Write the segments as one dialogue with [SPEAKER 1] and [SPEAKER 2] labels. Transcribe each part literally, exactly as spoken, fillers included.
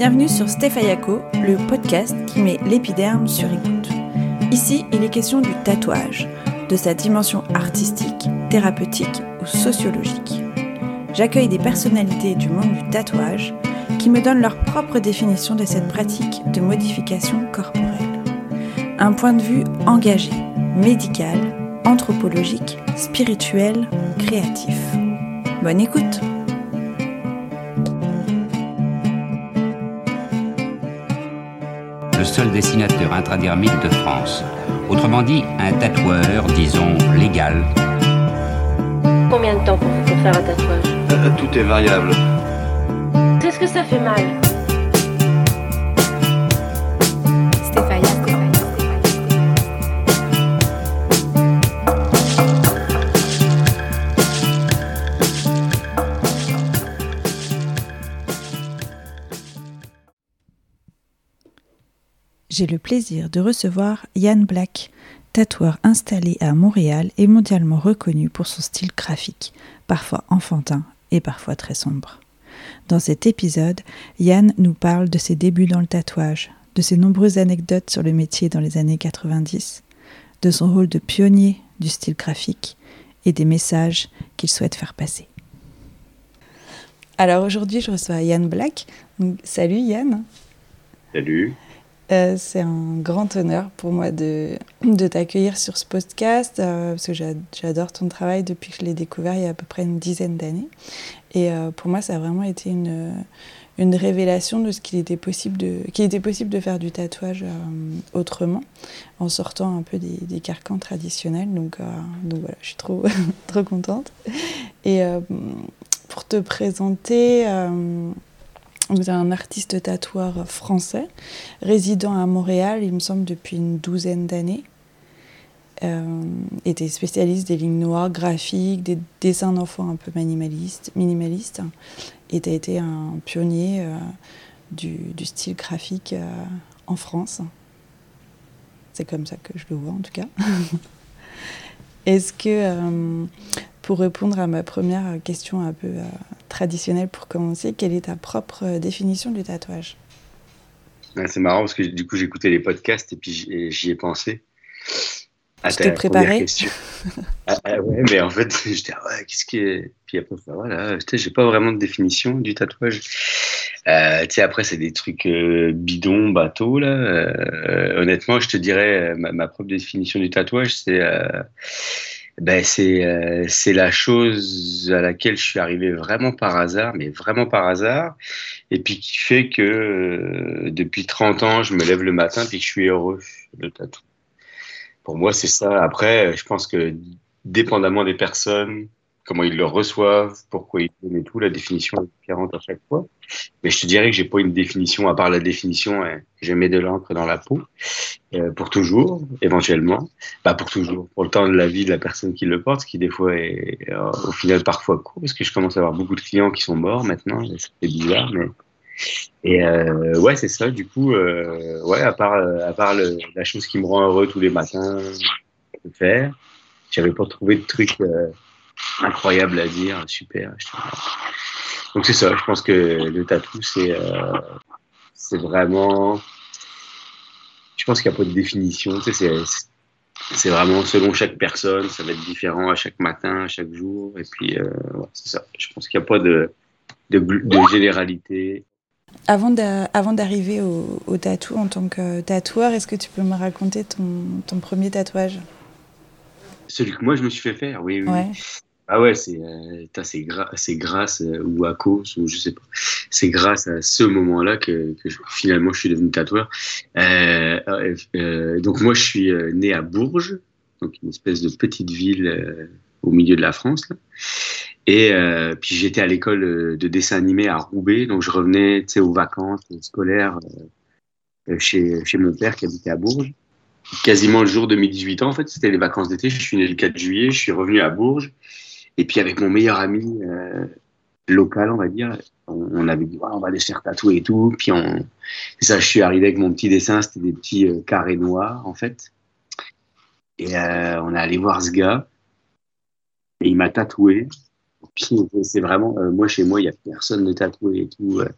[SPEAKER 1] Bienvenue sur Stéphayako, le podcast qui met l'épiderme sur écoute. Ici, il est question du tatouage, de sa dimension artistique, thérapeutique ou sociologique. J'accueille des personnalités du monde du tatouage qui me donnent leur propre définition de cette pratique de modification corporelle. Un point de vue engagé, médical, anthropologique, spirituel, créatif. Bonne écoute!
[SPEAKER 2] Le seul dessinateur intradermique de France. Autrement dit, un tatoueur, disons, légal.
[SPEAKER 3] Combien de temps pour, pour faire un tatouage ?
[SPEAKER 4] euh, Tout est variable.
[SPEAKER 3] Est-ce que ça fait mal ?
[SPEAKER 1] J'ai le plaisir de recevoir Yann Black, tatoueur installé à Montréal et mondialement reconnu pour son style graphique, parfois enfantin et parfois très sombre. Dans cet épisode, Yann nous parle de ses débuts dans le tatouage, de ses nombreuses anecdotes sur le métier dans les années quatre-vingt-dix, de son rôle de pionnier du style graphique et des messages qu'il souhaite faire passer. Alors aujourd'hui, je reçois Yann Black. Salut Yann.
[SPEAKER 4] Salut.
[SPEAKER 1] Euh, c'est un grand honneur pour moi de, de t'accueillir sur ce podcast euh, parce que j'a, j'adore ton travail depuis que je l'ai découvert il y a à peu près une dizaine d'années. Et euh, pour moi, ça a vraiment été une, une révélation de ce qu'il était possible de, qu'il était possible de faire du tatouage euh, autrement, en sortant un peu des, des carcans traditionnels. Donc, euh, donc voilà, je suis trop, trop contente. Et euh, pour te présenter... Euh, Vous êtes un artiste tatoueur français, résident à Montréal, il me semble, depuis une douzaine d'années. Euh, et tu es spécialiste des lignes noires, graphiques, des dessins d'enfants un peu minimalistes. minimalistes et tu as été un pionnier euh, du, du style graphique euh, en France. C'est comme ça que je le vois, en tout cas. Est-ce que, euh, pour répondre à ma première question un peu euh, traditionnelle pour commencer, quelle est ta propre euh, définition du tatouage ?
[SPEAKER 4] Ouais, c'est marrant parce que du coup j'écoutais les podcasts et puis j'y, j'y ai pensé.
[SPEAKER 1] À je t'ai préparé.
[SPEAKER 4] ah, ah ouais, mais en fait j'étais ah ouais, qu'est-ce qui est. Puis après voilà, j'ai pas vraiment de définition du tatouage. Euh, tu sais, après c'est des trucs euh, bidons, bateaux là. Euh, honnêtement, je te dirais ma, ma propre définition du tatouage, c'est euh, ben c'est euh, c'est la chose à laquelle je suis arrivé vraiment par hasard, mais vraiment par hasard, et puis qui fait que euh, depuis trente ans, je me lève le matin puis que je suis heureux de tatou. Pour moi, c'est ça. Après, je pense que dépendamment des personnes, comment ils le reçoivent, pourquoi ils aiment et tout, la définition est différente à chaque fois. Mais je te dirais que j'ai pas une définition, à part la définition, hein, je mets de l'encre dans la peau, euh, pour toujours, éventuellement. Pas pour toujours, pour le temps de la vie de la personne qui le porte, ce qui des fois est, euh, au final, parfois court, parce que je commence à avoir beaucoup de clients qui sont morts maintenant, et c'est bizarre, mais... Et euh, ouais, c'est ça, du coup, euh, ouais, à part, à part le, la chose qui me rend heureux tous les matins de faire, j'avais pas trouvé de truc euh, incroyable à dire, super. Donc c'est ça, je pense que le tatou, c'est, euh, c'est vraiment... Je pense qu'il n'y a pas de définition, tu sais, c'est, c'est vraiment selon chaque personne, ça va être différent à chaque matin, à chaque jour, et puis euh, ouais, c'est ça. Je pense qu'il n'y a pas de, de, de généralité.
[SPEAKER 1] Avant, de, avant d'arriver au, au tatou en tant que tatoueur, est-ce que tu peux me raconter ton, ton premier tatouage ?
[SPEAKER 4] Celui que moi je me suis fait faire, oui, oui.
[SPEAKER 1] Ouais.
[SPEAKER 4] Ah ouais, c'est, euh, c'est, gra- c'est grâce, euh, ou à cause, ou je sais pas, c'est grâce à ce moment-là que, que je, finalement je suis devenu tatoueur. Euh, euh, euh, donc moi je suis euh, né à Bourges, donc une espèce de petite ville euh, au milieu de la France, là. Et euh, puis j'étais à l'école de dessin animé à Roubaix, donc je revenais, tu sais, aux vacances scolaires euh, chez, chez mon père qui habitait à Bourges. Quasiment le jour de mes dix-huit ans, en fait, c'était les vacances d'été. Je suis né le quatre juillet, je suis revenu à Bourges. Et puis avec mon meilleur ami euh, local, on va dire, on, on avait dit ouais, on va aller se faire tatouer et tout. Puis on, c'est ça, je suis arrivé avec mon petit dessin, c'était des petits euh, carrés noirs en fait. Et euh, on est allé voir ce gars et il m'a tatoué. Puis c'est vraiment, euh, moi chez moi, il y a personne de tatoué et tout. Euh,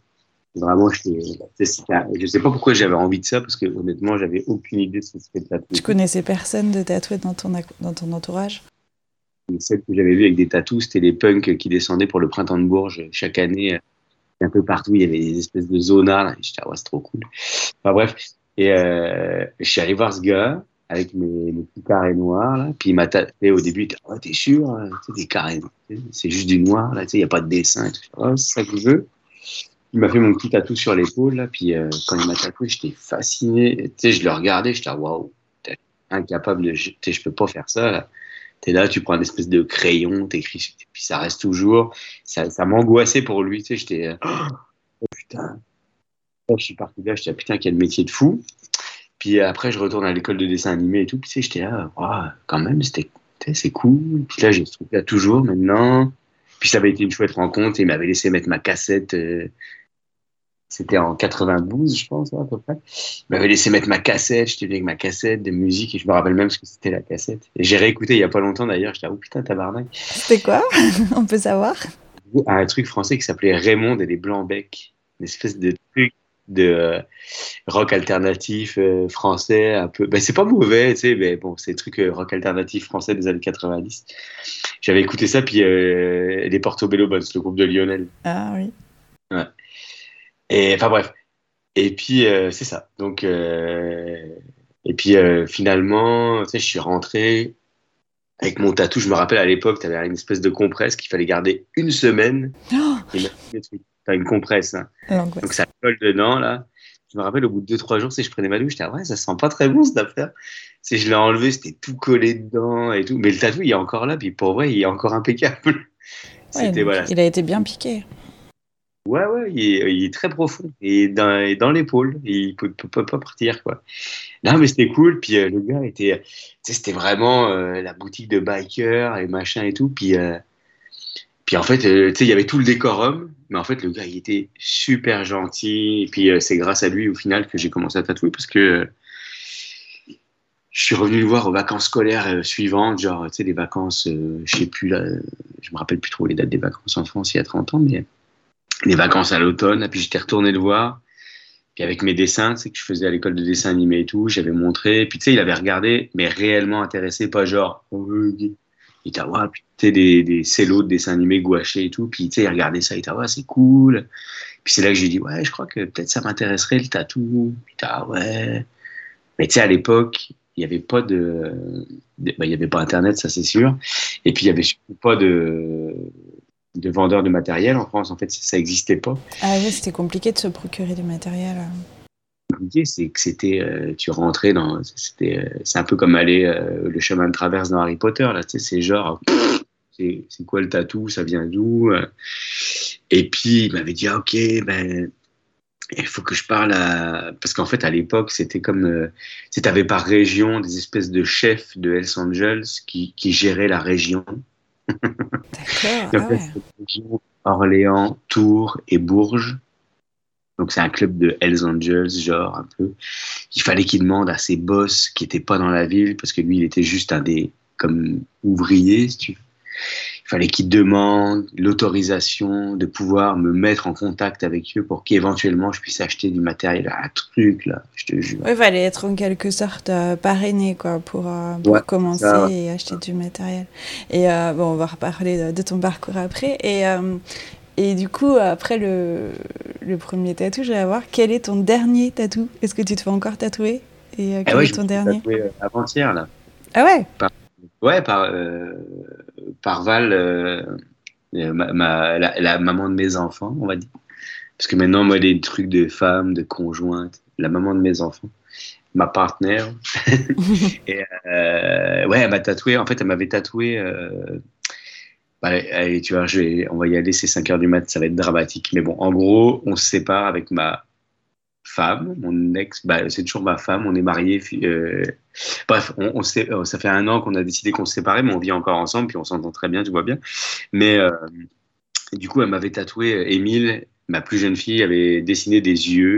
[SPEAKER 4] Vraiment, j'étais, c'était, je sais pas pourquoi j'avais envie de ça, parce que honnêtement, j'avais aucune idée de ce que c'était le tatouage.
[SPEAKER 1] Tu connaissais personne de tatoué dans ton, dans ton entourage?
[SPEAKER 4] Celle que j'avais vue avec des tatous, c'était les punks qui descendaient pour le printemps de Bourges chaque année. Un peu partout, il y avait des espèces de zonards. J'étais, ah ouais, c'est trop cool. Enfin bref, et euh, je suis allé voir ce gars avec mes, mes petits carrés noirs, là. Puis il m'a tatoué au début, il était, oh, t'es sûr? Hein, tu sais, des carrés, c'est juste du noir, là, tu sais, il n'y a pas de dessin. Et tout. Oh, c'est ça que je veux. Il m'a fait mon petit tatou sur l'épaule, là, puis euh, quand il m'a tatoué, j'étais fasciné. Tu sais, je le regardais, j'étais, waouh, t'es incapable de, tu sais, je peux pas faire ça, là. T'es là, tu prends une espèce de crayon, t'écris, puis ça reste toujours. Ça, ça m'angoissait pour lui, tu sais, j'étais, euh, oh putain. Je suis parti là, j'étais, putain, quel métier de fou. Puis après, je retourne à l'école de dessin animé et tout, puis tu sais, j'étais là, oh, quand même, c'était, c'est cool. Puis là, j'ai ce truc-là toujours, maintenant. Puis ça avait été une chouette rencontre, et il m'avait laissé mettre ma cassette. Euh, C'était en quatre-vingt-douze, je pense, à peu près. Il m'avait laissé mettre ma cassette, j'étais venu avec ma cassette de musique, et je me rappelle même ce que c'était la cassette. Et j'ai réécouté il y a pas longtemps d'ailleurs, j'étais, oh putain, tabarnak.
[SPEAKER 1] C'était quoi? On peut savoir?
[SPEAKER 4] Un truc français qui s'appelait Raymond et les Blancs-Becs. Une espèce de truc de euh, rock alternatif euh, français, un peu. Ben, c'est pas mauvais, tu sais, mais bon, c'est des trucs euh, rock alternatif français des années quatre-vingt-dix. J'avais écouté ça, puis euh, les Portobello Boys, le groupe de Lionel.
[SPEAKER 1] Ah oui.
[SPEAKER 4] Ouais. Et enfin bref. Et puis euh, c'est ça. Donc euh, et puis euh, finalement, tu sais, je suis rentré avec mon tatou. Je me rappelle à l'époque, tu avais une espèce de compresse qu'il fallait garder une semaine.
[SPEAKER 1] Oh,
[SPEAKER 4] Et t'as une compresse, hein. Donc ça colle dedans là. Je me rappelle au bout de deux trois jours, si je prenais ma douche, j'étais ah ouais, ça sent pas très bon cette affaire. Si je l'ai enlevé, c'était tout collé dedans et tout. Mais le tatou, il est encore là, puis pour vrai, il est encore impeccable.
[SPEAKER 1] Ouais, donc, voilà. Il a été bien piqué.
[SPEAKER 4] Ouais, ouais, il est, il est très profond. Et dans, et dans l'épaule. Il ne peut, peut, peut pas partir, quoi. Non, mais c'était cool. Puis euh, le gars était. Tu sais, c'était vraiment euh, la boutique de biker et machin et tout. Puis, euh, puis en fait, euh, tu sais, il y avait tout le décorum. Mais en fait, le gars, il était super gentil. Et puis, euh, c'est grâce à lui, au final, que j'ai commencé à tatouer. Parce que euh, je suis revenu le voir aux vacances scolaires euh, suivantes. Genre, tu sais, des vacances, euh, je sais plus, là. Je me rappelle plus trop les dates des vacances en France il y a trente ans, mais. Les vacances à l'automne, et puis j'étais retourné le voir, puis avec mes dessins, tu sais, que je faisais à l'école de dessin animé et tout, j'avais montré, puis tu sais, il avait regardé, mais réellement intéressé, pas genre, il était, ouais, puis tu sais, des, des cellos de dessin animé gouachés et tout, puis tu sais, il regardait ça, il était, ouais, c'est cool, puis c'est là que j'ai dit, ouais, je crois que peut-être ça m'intéresserait le tatou, puis ah ouais, mais tu sais, à l'époque, il n'y avait pas de, de bah, il y avait pas Internet, ça c'est sûr, et puis il y avait surtout pas de de vendeurs de matériel en France, en fait, ça n'existait pas.
[SPEAKER 1] Ah oui, c'était compliqué de se procurer du matériel.
[SPEAKER 4] Compliqué, c'est que c'était, euh, tu rentrais dans, c'était, euh, c'est un peu comme aller euh, le chemin de traverse dans Harry Potter, là, tu sais, c'est genre, pff, c'est, c'est quoi le tatou, ça vient d'où? Et puis, il m'avait dit, ah, ok, ben, il faut que je parle à, parce qu'en fait, à l'époque, c'était comme, euh, tu avais par région des espèces de chefs de Hells Angels qui, qui géraient la région.
[SPEAKER 1] D'accord. Donc, ah ouais.
[SPEAKER 4] Orléans, Tours et Bourges. Donc c'est un club de Hells Angels, genre un peu. Il fallait qu'il demande à ses boss qui n'étaient pas dans la ville, parce que lui, il était juste un des comme ouvrier, si tu veux. Il fallait qu'il demande l'autorisation de pouvoir me mettre en contact avec eux pour qu'éventuellement je puisse acheter du matériel, un truc là, je te jure.
[SPEAKER 1] Oui, il fallait être en quelque sorte euh, parrainé quoi, pour, euh, pour ouais, commencer ça, ouais. Et acheter du matériel. Et euh, bon, on va reparler de, de ton parcours après. Et, euh, et du coup, après le, le premier tatou, je vais voir quel est ton dernier tatou. Est-ce que tu te fais encore tatouer? Et euh, quel
[SPEAKER 4] eh ouais,
[SPEAKER 1] est ton dernier?
[SPEAKER 4] Tatoué, euh, avant-hier là.
[SPEAKER 1] Ah ouais.
[SPEAKER 4] Par, ouais, par euh, par Val, euh, ma, ma, la, la maman de mes enfants, on va dire. Parce que maintenant, moi, des trucs de femme, de conjointe, la maman de mes enfants, ma partenaire. Et euh, ouais, elle m'a tatoué. En fait, elle m'avait tatoué. Euh, allez, tu vois, je vais, on va y aller, c'est cinq heures du mat, ça va être dramatique. Mais bon, en gros, on se sépare avec ma femme, mon ex, bah, c'est toujours ma femme, on est mariés. Euh, bref, on, on s'est, ça fait un an qu'on a décidé qu'on se séparait, mais on vit encore ensemble, puis on s'entend très bien, tu vois bien. Mais euh, du coup, elle m'avait tatoué, Émile, ma plus jeune fille, avait dessiné des yeux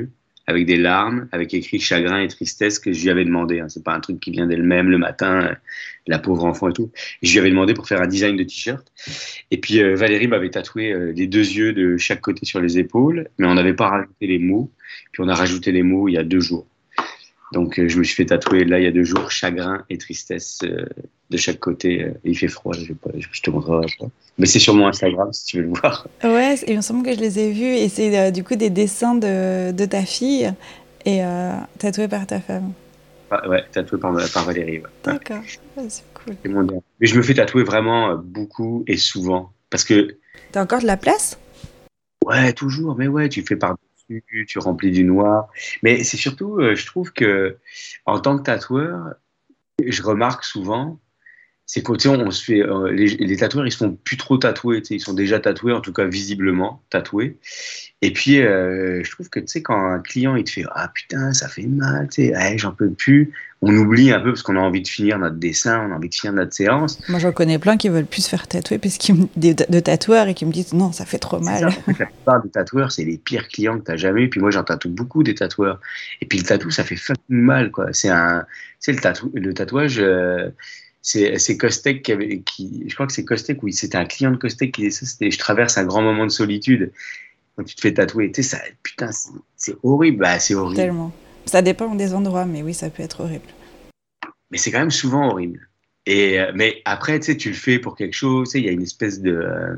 [SPEAKER 4] avec des larmes, avec écrit chagrin et tristesse que je lui avais demandé. Hein. C'est pas un truc qui vient d'elle-même le matin, euh, la pauvre enfant et tout. Et je lui avais demandé pour faire un design de t-shirt. Et puis euh, Valérie m'avait tatoué euh, les deux yeux de chaque côté sur les épaules, mais on n'avait pas rajouté les mots. Puis on a rajouté les mots il y a deux jours. Donc euh, je me suis fait tatouer là il y a deux jours chagrin et tristesse euh, de chaque côté. Euh, il fait froid, je, vais pas, je te montrerai pas. Mais c'est sur mon Instagram si tu veux le voir.
[SPEAKER 1] Ouais, il me semble que je les ai vus et c'est euh, du coup des dessins de, de ta fille et euh, tatoués par ta femme.
[SPEAKER 4] Ah, ouais, tatoué par, par Valérie. Ouais.
[SPEAKER 1] D'accord, ouais, c'est cool.
[SPEAKER 4] C'est mon dernier. Mais je me fais tatouer vraiment euh, beaucoup et souvent parce que.
[SPEAKER 1] T'as encore de la place?
[SPEAKER 4] Ouais, toujours. Mais ouais, tu fais par-dessus, tu remplis du noir. Mais c'est surtout, euh, je trouve que en tant que tatoueur, je remarque souvent. C'est qu'au on, on se fait euh, les, les tatoueurs ils se font plus trop tatouer, ils sont déjà tatoués, en tout cas visiblement tatoués. Et puis euh, je trouve que tu sais quand un client il te fait ah putain ça fait mal, tu sais, hey, j'en peux plus, on oublie un peu parce qu'on a envie de finir notre dessin, on a envie de finir notre séance.
[SPEAKER 1] Moi j'en connais plein qui veulent plus se faire tatouer parce qu'ils me, de, de tatoueurs et qui me disent non ça fait trop mal.
[SPEAKER 4] Ça, en fait, la plupart des tatoueurs c'est les pires clients que t'as jamais eu. Puis moi j'en tatoue beaucoup des tatoueurs. Et puis le tatou ça fait fucking mal quoi. C'est un, c'est le tatou, le tatouage. Euh, C'est, c'est Kostek qui avait, qui, je crois que c'est Kostek, oui, c'était un client de Kostek qui disait ça, c'était je traverse un grand moment de solitude quand tu te fais tatouer. Tu sais, ça, putain, c'est, c'est horrible, bah, c'est horrible.
[SPEAKER 1] Tellement. Ça dépend des endroits, mais oui, ça peut être horrible.
[SPEAKER 4] Mais c'est quand même souvent horrible. Et, mais après, tu sais, tu le fais pour quelque chose, tu sais, il y a une espèce de. Euh,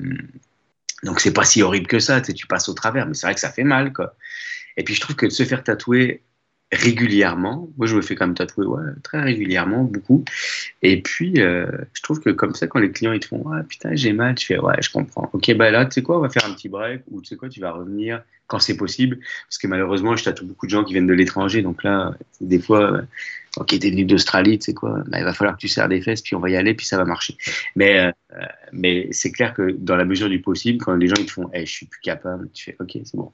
[SPEAKER 4] donc c'est pas si horrible que ça, tu sais, tu passes au travers, mais c'est vrai que ça fait mal, quoi. Et puis je trouve que de se faire tatouer régulièrement, moi je me fais quand même tatouer ouais, très régulièrement, beaucoup, et puis euh, je trouve que comme ça quand les clients ils te font ah putain j'ai mal, tu fais ouais je comprends, ok bah là tu sais quoi on va faire un petit break, ou tu sais quoi tu vas revenir quand c'est possible, parce que malheureusement je tatoue beaucoup de gens qui viennent de l'étranger, donc là des fois ok t'es venu d'Australie, tu sais quoi bah, il va falloir que tu serres des fesses puis on va y aller puis ça va marcher, mais, euh, mais c'est clair que dans la mesure du possible quand les gens ils te font hey, je suis plus capable, tu fais ok c'est bon,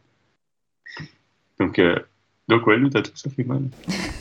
[SPEAKER 4] donc euh, Donc ouais, le tatou, ça fait mal.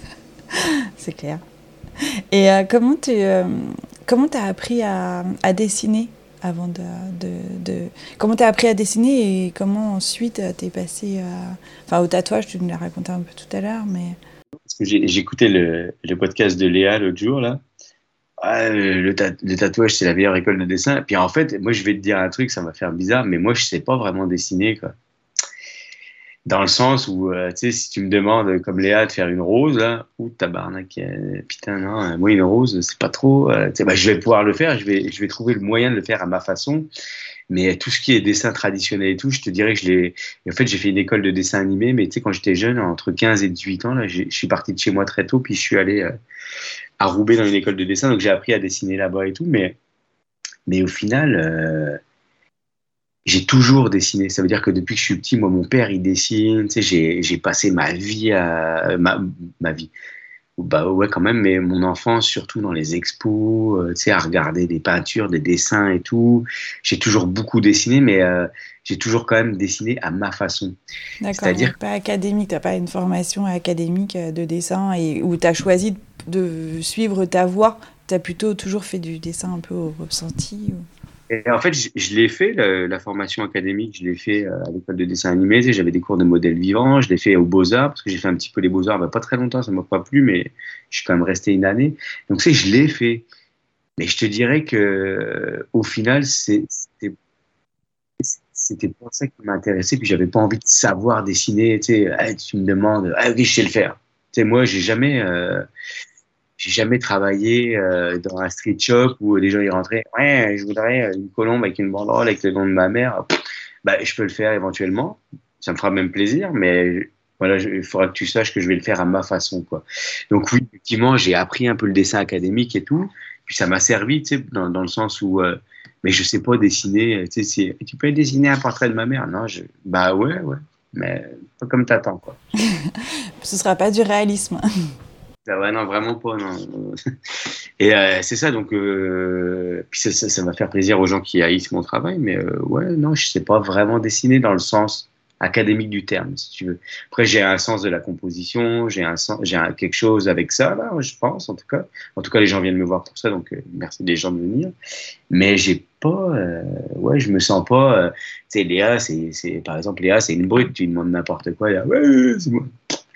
[SPEAKER 1] C'est clair. Et euh, comment tu euh, comment t'as appris à, à dessiner avant de, de, de... Comment t'as appris à dessiner et comment ensuite t'es passé à... Enfin, au tatouage, tu nous l'as raconté un peu tout à l'heure, mais...
[SPEAKER 4] Parce que j'ai, j'ai écouté le, le podcast de Léa l'autre jour, là. Ah, le, ta- le tatouage, c'est la meilleure école de dessin. Et puis en fait, moi, je vais te dire un truc, ça va faire bizarre, mais moi, je sais pas vraiment dessiner, quoi. Dans le sens où, euh, tu sais, si tu me demandes, comme Léa, de faire une rose, là, ou tabarnak, euh, putain, non, euh, moi, une rose, c'est pas trop, euh, tu sais, bah, je vais pouvoir le faire, je vais, je vais trouver le moyen de le faire à ma façon, mais tout ce qui est dessin traditionnel et tout, je te dirais que je l'ai, en fait, j'ai fait une école de dessin animé, mais tu sais, quand j'étais jeune, entre quinze et dix-huit ans, là, j'ai, je suis parti de chez moi très tôt, puis je suis allé euh, à Roubaix dans une école de dessin, donc j'ai appris à dessiner là-bas et tout, mais, mais au final, euh, j'ai toujours dessiné. Ça veut dire que depuis que je suis petit, moi, mon père, il dessine. Tu sais, j'ai, j'ai passé ma vie à... Ma, ma vie. Bah ouais, quand même, mais mon enfance, surtout dans les expos, euh, tu sais, à regarder des peintures, des dessins et tout. J'ai toujours beaucoup dessiné, mais euh, j'ai toujours quand même dessiné à ma façon.
[SPEAKER 1] D'accord,
[SPEAKER 4] C'est-à-dire...
[SPEAKER 1] pas académique, t'as pas une formation académique de dessin et où t'as choisi de suivre ta voie. T'as plutôt toujours fait du dessin un peu au ressenti ou...
[SPEAKER 4] Et en fait, je, je l'ai fait, le, la formation académique, je l'ai fait euh, à l'école de dessin animé. Tu sais, j'avais des cours de modèle vivant, je l'ai fait aux Beaux-Arts, parce que j'ai fait un petit peu les Beaux-Arts, bah, pas très longtemps, ça ne m'a pas plu, mais je suis quand même resté une année. Donc, tu sais, je l'ai fait. Mais je te dirais que euh, au final, c'est, c'était, c'était pas ça qui m'intéressait, puis j'avais pas envie de savoir dessiner. Tu sais, hey, tu me demandes, ah oui, je sais le faire. Tu sais, moi, j'ai jamais. Euh, J'ai jamais travaillé euh, dans un street shop où les gens y rentraient. Ouais, je voudrais une colombe avec une banderole avec le nom de ma mère. Bah, je peux le faire éventuellement. Ça me fera même plaisir, mais voilà, il faudra que tu saches que je vais le faire à ma façon, quoi. Donc oui, effectivement, j'ai appris un peu le dessin académique et tout. Puis ça m'a servi, tu sais, dans, dans le sens où, euh, mais je sais pas dessiner. Tu sais, tu peux dessiner un portrait de ma mère, non je, Bah ouais, ouais, mais pas comme t'attends, quoi.
[SPEAKER 1] Ce sera pas du réalisme.
[SPEAKER 4] Ah ouais, non, vraiment pas, non. Et euh, c'est ça, donc, euh, puis ça, ça, ça va faire plaisir aux gens qui haïssent mon travail, mais euh, ouais, non, je sais pas vraiment dessiner dans le sens académique du terme, si tu veux. Après, j'ai un sens de la composition, j'ai un sens, j'ai un, quelque chose avec ça, là, je pense, en tout cas. En tout cas, les gens viennent me voir pour ça, donc euh, merci des gens de venir. Mais j'ai pas, euh, ouais, je me sens pas, euh, tu sais, Léa, c'est, c'est, par exemple, Léa, c'est une brute, tu lui demandes n'importe quoi, Léa, ouais, c'est moi.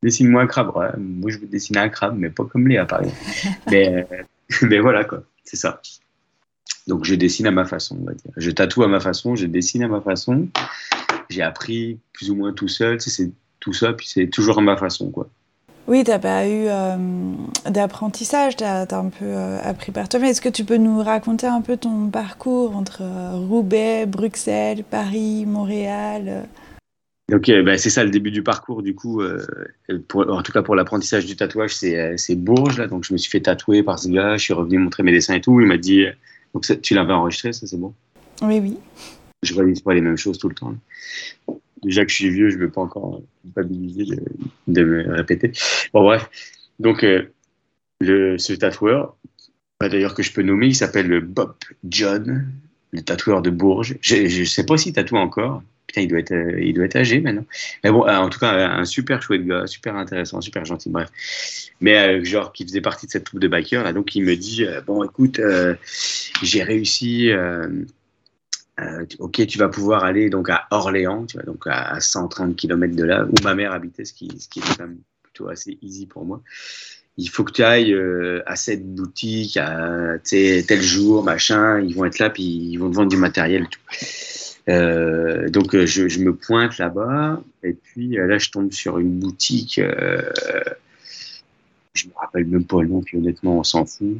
[SPEAKER 4] Dessine-moi un crabe. Ouais, moi, je veux dessiner un crabe, mais pas comme Léa, par exemple. mais, euh, mais voilà, quoi. C'est ça. Donc, je dessine à ma façon, on va dire. Je tatoue à ma façon, je dessine à ma façon. J'ai appris plus ou moins tout seul. Tu sais, c'est tout ça, puis c'est toujours à ma façon, quoi.
[SPEAKER 1] Oui, tu n'as pas eu euh, d'apprentissage, tu as un peu euh, appris par toi. Mais est-ce que tu peux nous raconter un peu ton parcours entre euh, Roubaix, Bruxelles, Paris, Montréal euh...
[SPEAKER 4] Donc, euh, bah, c'est ça le début du parcours, du coup. Euh, pour, en tout cas, pour l'apprentissage du tatouage, c'est, euh, c'est Bourges, là. Donc, je me suis fait tatouer par ce gars. Je suis revenu montrer mes dessins et tout. Il m'a dit, euh, donc, ça, tu l'avais enregistré, ça, c'est bon?
[SPEAKER 1] Oui, oui.
[SPEAKER 4] Je réalise pas les mêmes choses tout le temps, là. Déjà que je suis vieux, je ne veux pas encore culpabiliser de, de me répéter. Bon, bref. Donc, euh, le, ce tatoueur, bah, d'ailleurs que je peux nommer, il s'appelle Bob John, le tatoueur de Bourges. Je ne sais pas s'il tatoue encore. Putain, il doit être, euh, il doit être âgé maintenant. Mais bon, euh, en tout cas, un, un super chouette gars, super intéressant, super gentil, bref. Mais euh, genre, qui faisait partie de cette troupe de bikers, là. Donc, il me dit, euh, bon, écoute, euh, j'ai réussi... Euh, Euh, ok, tu vas pouvoir aller donc à Orléans, tu vois, donc à cent trente kilomètres de là où ma mère habitait, ce qui, ce qui était quand même plutôt assez easy pour moi. Il faut que tu ailles euh, à cette boutique, à tel jour, machin, ils vont être là, puis ils vont te vendre du matériel et tout. Euh, donc je, je me pointe là-bas, et puis là je tombe sur une boutique, euh, je me rappelle même pas le nom, puis honnêtement on s'en fout.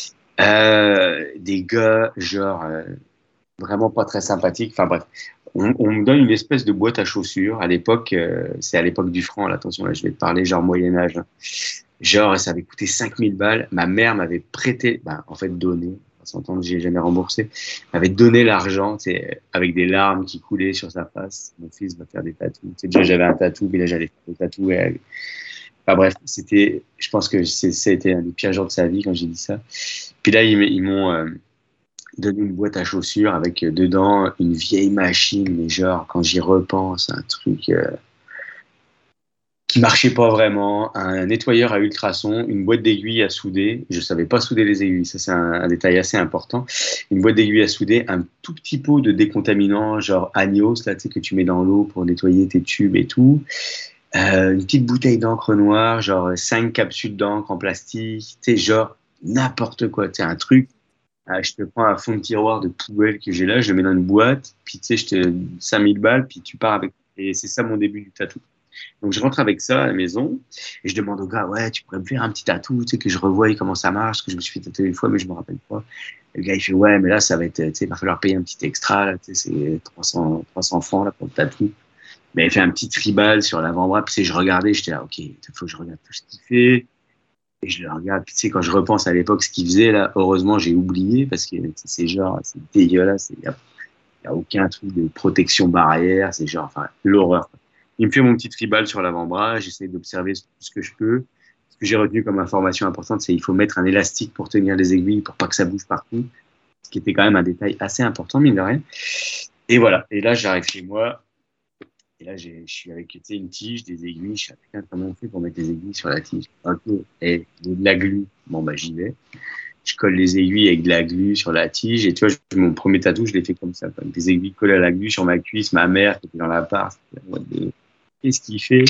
[SPEAKER 4] Euh, des gars, genre... Euh, vraiment pas très sympathique. Enfin bref, on, on me donne une espèce de boîte à chaussures. À l'époque, euh, c'est à l'époque du franc, là, attention, là, je vais te parler genre Moyen-Âge. Hein. Genre, ça avait coûté cinq mille balles. Ma mère m'avait prêté, ben, en fait, donné, on s'entend que j'ai jamais remboursé, m'avait donné l'argent, avec des larmes qui coulaient sur sa face. Mon fils va faire des tatous. T'sais, déjà, j'avais un tatou, mais là, j'allais faire des tatous. Et... Enfin bref, c'était, je pense que c'est, ça a été un des pires jours de sa vie quand j'ai dit ça. Puis là, ils, ils m'ont... Euh, donné une boîte à chaussures avec euh, dedans une vieille machine, mais genre, quand j'y repense, un truc euh, qui marchait pas vraiment, un nettoyeur à ultrasons, une boîte d'aiguilles à souder. Je savais pas souder les aiguilles, ça c'est un, un détail assez important. Une boîte d'aiguilles à souder, un tout petit pot de décontaminant, genre Agnos, là, tu sais, que tu mets dans l'eau pour nettoyer tes tubes et tout. Euh, une petite bouteille d'encre noire, genre cinq capsules d'encre en plastique, tu sais, genre n'importe quoi, tu sais, un truc. Ah, je te prends un fond de tiroir de poubelle que j'ai là, je le mets dans une boîte, puis tu sais, je te cinq mille balles, puis tu pars avec. Et c'est ça mon début du tatou. Donc je rentre avec ça à la maison et je demande au gars, ouais, tu pourrais me faire un petit tatou, tu sais, que je revoie comment ça marche, parce que je me suis fait tatouer une fois, mais je me rappelle pas. Et le gars, il fait, ouais, mais là, ça va être, tu sais, il va falloir payer un petit extra, là, tu sais, c'est trois cents, trois cents francs là, pour le tatou. Mais il fait un petit tribal sur l'avant-bras, puis tu sais, je regardais, j'étais là, ok, il faut que je regarde tout ce qu'il fait. Et je le regarde, puis tu sais, quand je repense à l'époque, ce qu'il faisait, là, heureusement, j'ai oublié, parce que c'est genre, c'est dégueulasse, il n'y a, y a aucun truc de protection barrière, c'est genre, enfin, l'horreur. Il me fait mon petit tribal sur l'avant-bras, j'essaie d'observer tout ce que je peux. Ce que j'ai retenu comme information importante, c'est qu'il faut mettre un élastique pour tenir les aiguilles, pour pas que ça bouge partout, ce qui était quand même un détail assez important, mine de rien. Et voilà, et là, j'arrive chez moi, et là, j'ai, je suis avec tu sais, une tige, des aiguilles. Je sais pas comment on fait pour mettre des aiguilles sur la tige. Okay. Et de la glu. Bon, bah, j'y vais. Je colle les aiguilles avec de la glu sur la tige. Et tu vois, je, mon premier tatou, je l'ai fait comme ça. Avec des aiguilles collées à la glu sur ma cuisse. Ma mère qui était dans l'appart. Qu'est-ce qu'il fait?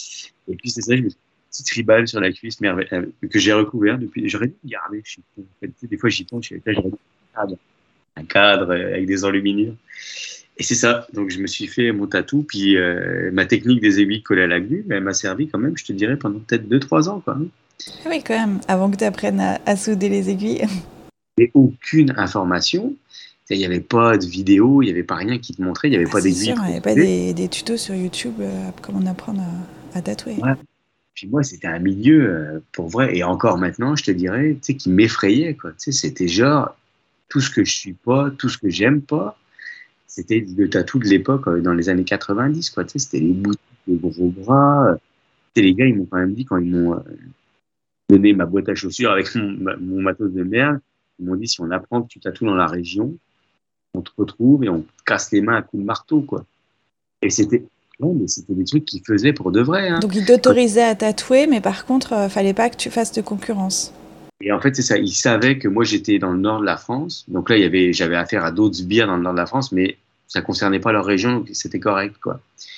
[SPEAKER 4] Et puis, c'est ça, je me suis petit tribal sur la cuisse merveille, que j'ai recouvert depuis. J'aurais dû le garder. Je sais pas. En fait, des fois, j'y pense. Je suis là, j'aurais dû un cadre. Un cadre avec des enluminures. Et c'est ça, donc je me suis fait mon tatou, puis euh, ma technique des aiguilles collées à la glu, elle m'a servi quand même, je te dirais, pendant peut-être deux trois ans. Quoi.
[SPEAKER 1] Ah oui, quand même, avant que tu apprennes à, à souder les aiguilles.
[SPEAKER 4] Et aucune information, il n'y avait pas de vidéo, il n'y avait pas rien qui te montrait, il n'y avait
[SPEAKER 1] ah,
[SPEAKER 4] pas d'aiguille.
[SPEAKER 1] Il n'y avait pas des, des tutos sur YouTube, euh, comment apprendre à, à tatouer.
[SPEAKER 4] Ouais. Puis moi, c'était un milieu, euh, pour vrai, et encore maintenant, je te dirais, tu sais, qui m'effrayait, quoi. Tu sais, c'était genre, tout ce que je suis pas, tout ce que j'aime pas, c'était le tatou de l'époque, euh, dans les années quatre-vingt-dix, quoi. Tu sais, c'était les boutiques, les gros bras. Euh, tu sais, les gars, ils m'ont quand même dit, quand ils m'ont euh, donné ma boîte à chaussures avec mon, ma, mon matos de merde, ils m'ont dit, si on apprend que tu tatoues dans la région, on te retrouve et on te casse les mains à coups de marteau, quoi. Et c'était, ouais, mais c'était des trucs qu'ils faisaient pour de vrai. Hein.
[SPEAKER 1] Donc, ils t'autorisaient à tatouer, mais par contre, euh, fallait pas que tu fasses de concurrence.
[SPEAKER 4] Et en fait, c'est ça. Ils savaient que moi, j'étais dans le nord de la France. Donc là, il y avait, j'avais affaire à d'autres sbires dans le nord de la France, mais ça concernait pas leur région, donc c'était correct, quoi.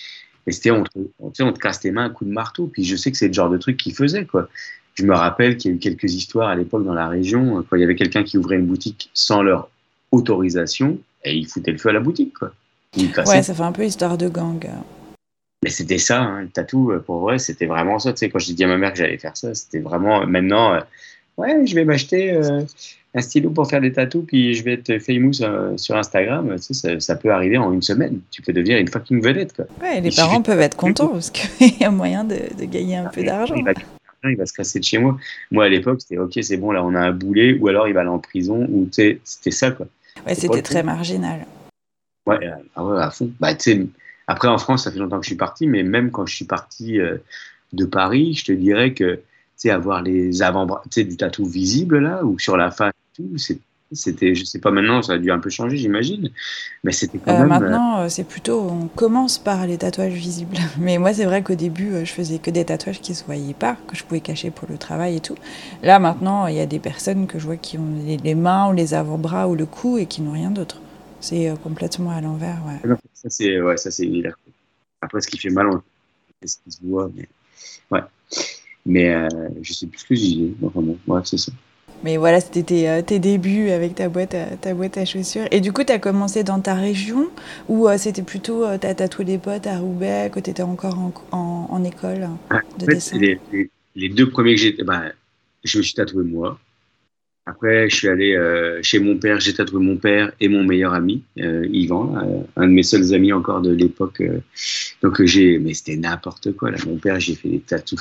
[SPEAKER 4] Et c'était, on te, on, tu sais, on te casse tes mains à coups de marteau. Puis je sais que c'est le genre de truc qu'ils faisaient, quoi. Je me rappelle qu'il y a eu quelques histoires à l'époque dans la région, quand il y avait quelqu'un qui ouvrait une boutique sans leur autorisation, et ils foutaient le feu à la boutique, quoi. Ils cassaient.
[SPEAKER 1] Ouais, ça fait un peu histoire de gang.
[SPEAKER 4] Mais c'était ça, hein, le tatou, pour vrai, c'était vraiment ça. Tu sais, quand j'ai dit à ma mère que j'allais faire ça, c'était vraiment, maintenant, euh, ouais, je vais m'acheter euh, un stylo pour faire des tatous, puis je vais être famous euh, sur Instagram. Tu sais, ça, ça peut arriver en une semaine. Tu peux devenir une fucking vedette, quoi.
[SPEAKER 1] Ouais, les
[SPEAKER 4] Il
[SPEAKER 1] parents
[SPEAKER 4] suffit-
[SPEAKER 1] peuvent être contents parce qu'il y a moyen de, de gagner un peu d'argent.
[SPEAKER 4] Il va, il va se casser de chez moi. Moi, à l'époque, c'était ok, c'est bon, là, on a un boulet, ou alors il va aller en prison, ou tu sais, c'était ça, quoi.
[SPEAKER 1] Ouais,
[SPEAKER 4] C'est
[SPEAKER 1] c'était
[SPEAKER 4] pas le
[SPEAKER 1] très
[SPEAKER 4] tout.
[SPEAKER 1] marginal.
[SPEAKER 4] Ouais, euh, ah ouais, à fond. Bah, tu sais, après, en France, ça fait longtemps que je suis parti, mais même quand je suis parti euh, de Paris, je te dirais que, tu sais, avoir les avant-bras, tu sais, du tatou visible, là, ou sur la face, et tout, c'est- c'était, je sais pas maintenant, ça a dû un peu changer, j'imagine, mais c'était quand
[SPEAKER 1] Euh,
[SPEAKER 4] même, euh,
[SPEAKER 1] maintenant, euh, c'est plutôt, on commence par les tatouages visibles. Mais moi, c'est vrai qu'au début, euh, je faisais que des tatouages qui se voyaient pas, que je pouvais cacher pour le travail et tout. Là, maintenant, il y a des personnes que je vois qui ont les, les mains ou les avant-bras ou le cou et qui n'ont rien d'autre. C'est euh, complètement à l'envers, ouais.
[SPEAKER 4] non, ça c'est, ouais, ça c'est, après, ce qui fait mal, on sait ce qui se voit, mais, ouais. Mais euh, je sais plus ce que j'ai dit, enfin bon, ouais, c'est ça.
[SPEAKER 1] Mais voilà, c'était tes, euh, tes débuts avec ta boîte, à, ta boîte à chaussures. Et du coup, tu as commencé dans ta région ou euh, c'était plutôt, euh, tu as tatoué des potes à Roubaix quand tu étais encore en, en, en école
[SPEAKER 4] En
[SPEAKER 1] de
[SPEAKER 4] fait,
[SPEAKER 1] dessin?
[SPEAKER 4] les, les, les deux premiers que j'ai, bah, je me suis tatoué moi. Après, je suis allé euh, chez mon père, j'ai tatoué mon père et mon meilleur ami, euh, Yvan, euh, un de mes seuls amis encore de l'époque. euh. Donc euh, j'ai, mais c'était n'importe quoi là. Mon père, j'ai fait des tatous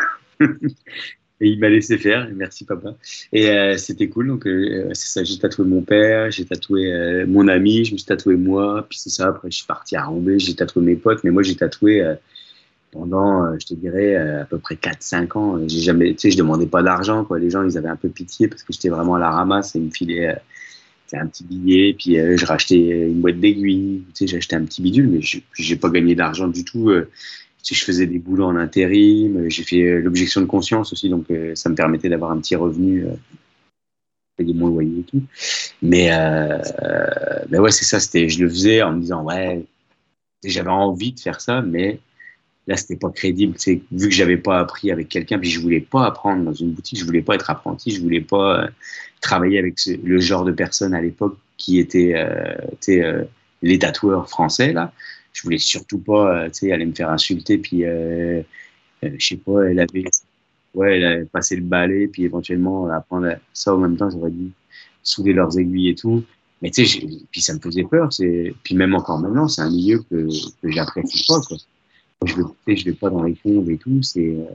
[SPEAKER 4] et il m'a laissé faire. Merci papa. Et euh, c'était cool. Donc euh, c'est ça, j'ai tatoué mon père, j'ai tatoué euh, mon ami, je me suis tatoué moi. Puis c'est ça. Après, je suis parti à Roubaix, j'ai tatoué mes potes, mais moi j'ai tatoué. Euh, pendant, euh, je te dirais, euh, à peu près quatre cinq ans. J'ai jamais, tu sais, je demandais pas d'argent, quoi. Les gens, ils avaient un peu pitié parce que j'étais vraiment à la ramasse et ils me filaient euh, tu sais, un petit billet, puis euh, je rachetais une boîte d'aiguilles, tu sais, j'achetais un petit bidule, mais je j'ai pas gagné d'argent du tout. Euh, tu sais, je faisais des boulots en intérim, euh, j'ai fait euh, l'objection de conscience aussi, donc euh, ça me permettait d'avoir un petit revenu, euh, payer mon loyer et tout. Mais, euh, euh, mais ouais, c'est ça, c'était, je le faisais en me disant, ouais, j'avais envie de faire ça, mais là, c'était pas crédible. C'est vu que j'avais pas appris avec quelqu'un, puis je voulais pas apprendre dans une boutique, je voulais pas être apprenti, je voulais pas euh, travailler avec ce- le genre de personnes à l'époque qui étaient, euh, tu sais, euh, les tatoueurs français là. Je voulais surtout pas, euh, tu sais, aller me faire insulter, puis euh, euh, je sais pas, elle avait, ouais, elle avait passé le balai, puis éventuellement apprendre ça en même temps, j'aurais dû souder leurs aiguilles et tout. Mais tu sais, j'ai- puis ça me faisait peur. C'est, puis même encore maintenant, c'est un milieu que que j'apprécie pas, quoi. Je vais, tu sais, je vais pas dans les fonds et tout. C'est, euh,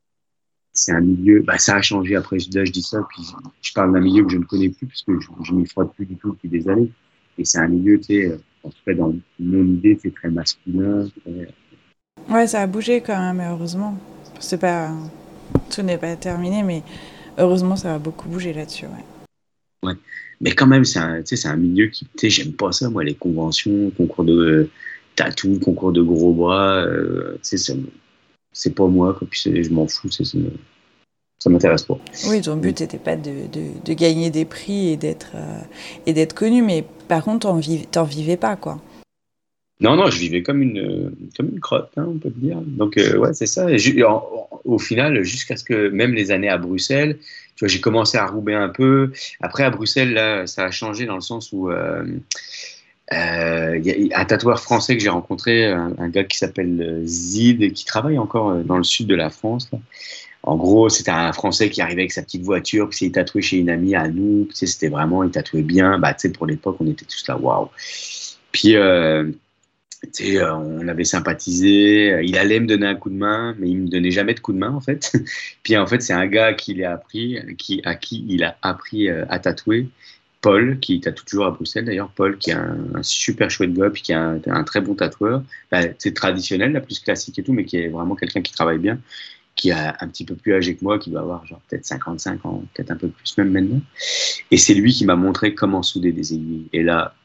[SPEAKER 4] c'est un milieu. Bah, ça a changé après. Là, je dis ça, puis je parle d'un milieu que je ne connais plus parce que je, je m'y frotte plus du tout depuis des années. Et c'est un milieu, tu sais, euh, en tout cas dans mon idée, c'est très masculin. Très...
[SPEAKER 1] Ouais, ça a bougé quand même, heureusement. C'est pas, tout n'est pas terminé, mais heureusement, ça a beaucoup bougé là-dessus, ouais.
[SPEAKER 4] Ouais. Mais quand même, c'est un, tu sais, c'est un milieu qui, tu sais, j'aime pas ça, moi, les conventions, concours de euh, tatou, concours de gros bras, euh, tu sais, ça me- c'est pas moi, quoi. Puis c'est- je m'en fous, c'est- ça me- ça m'intéresse pas.
[SPEAKER 1] Oui, ton but n'était pas de, de, de gagner des prix et d'être euh, et d'être connu, mais par contre, t'en viv- t'en vivais pas, quoi.
[SPEAKER 4] Non, non, je vivais comme une, euh, comme une crotte, hein, on peut le dire. Donc, euh, ouais, c'est ça. Et ju- en- en- au final, jusqu'à ce que même les années à Bruxelles, tu vois, j'ai commencé à rouber un peu. Après, à Bruxelles, là, ça a changé dans le sens où euh, euh, il y a un tatoueur français que j'ai rencontré, un, un gars qui s'appelle euh, Zid, et qui travaille encore euh, dans le sud de la France, là. En gros, c'était un Français qui arrivait avec sa petite voiture, puis il tatouait chez une amie à nous. Tu sais, c'était vraiment, il tatouait bien. Bah, tu sais, pour l'époque, on était tous là, waouh. Puis, euh, tu sais, euh, on avait sympathisé. Il allait me donner un coup de main, mais il me donnait jamais de coup de main en fait. Puis en fait, c'est un gars qui l'a appris, qui à qui il a appris euh, à tatouer. Paul, qui tatoue toujours à Bruxelles d'ailleurs. Paul, qui est un, un super chouette gars, puis qui est un, un très bon tatoueur. Bah, c'est traditionnel, la plus classique et tout, mais qui est vraiment quelqu'un qui travaille bien, qui est un petit peu plus âgé que moi, qui doit avoir genre peut-être cinquante-cinq ans, peut-être un peu plus même maintenant. Et c'est lui qui m'a montré comment souder des aiguilles. Et là,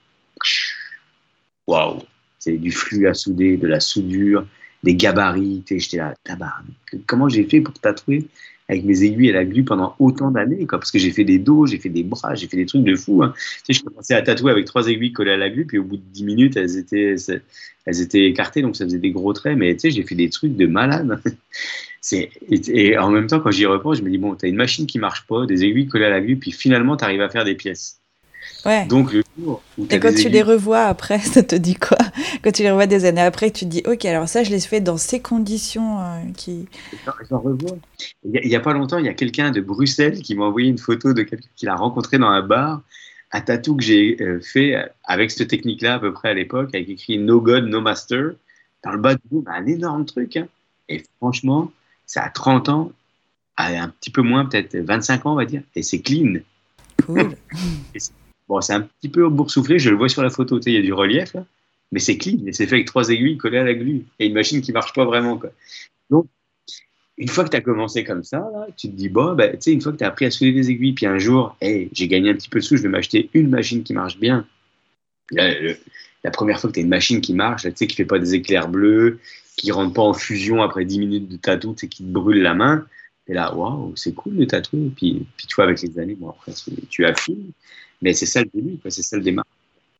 [SPEAKER 4] waouh, c'est du flux à souder, de la soudure, des gabarits. Et j'étais là, tabarnak. Comment j'ai fait pour tatouer avec mes aiguilles à la glu pendant autant d'années, quoi, parce que j'ai fait des dos, j'ai fait des bras, j'ai fait des trucs de fou. Hein. Tu sais, je commençais à tatouer avec trois aiguilles collées à la glu, puis au bout de dix minutes, elles étaient, elles étaient écartées, donc ça faisait des gros traits, mais tu sais, j'ai fait des trucs de malade. C'est, et, et en même temps, quand j'y repense, je me dis, bon, t'as une machine qui marche pas, des aiguilles collées à la glu, puis finalement, t'arrives à faire des pièces.
[SPEAKER 1] Ouais.
[SPEAKER 4] Donc, le jour où t'as
[SPEAKER 1] Et quand
[SPEAKER 4] des
[SPEAKER 1] tu
[SPEAKER 4] aiguilles...
[SPEAKER 1] les revois après, ça te dit quoi? Quand tu les revois des années après, tu te dis, ok, alors ça, je l'ai fait dans ces conditions euh, qui...
[SPEAKER 4] J'en, j'en revois. Il n'y a, a pas longtemps, il y a quelqu'un de Bruxelles qui m'a envoyé une photo de quelqu'un qu'il a rencontré dans un bar, un tatou que j'ai euh, fait avec cette technique-là à peu près à l'époque, avec écrit No God, No Master. Dans le bas du dos, un énorme truc. Hein. Et franchement, ça a trente ans, un petit peu moins, peut-être vingt-cinq ans, on va dire, et c'est clean.
[SPEAKER 1] Cool.
[SPEAKER 4] Et c'est, bon, c'est un petit peu boursouflé, je le vois sur la photo, tu sais, il y a du relief, là, mais c'est clean, et c'est fait avec trois aiguilles collées à la glu, et une machine qui marche pas vraiment, quoi. Donc, une fois que tu as commencé comme ça, là, tu te dis, bon, bah, tu sais, une fois que tu as appris à souder des aiguilles, puis un jour, hey, j'ai gagné un petit peu de sous, je vais m'acheter une machine qui marche bien. Là, le, la première fois que tu as une machine qui marche, là, tu sais, qui fait pas des éclairs bleus, qui rentre pas en fusion après dix minutes de tatou, tu sais, qui te brûle la main, et là, waouh, c'est cool de tatouer. Et puis, puis tu vois, avec les années, bon, après, tu affines, mais c'est ça le début, quoi, c'est ça le démarrage.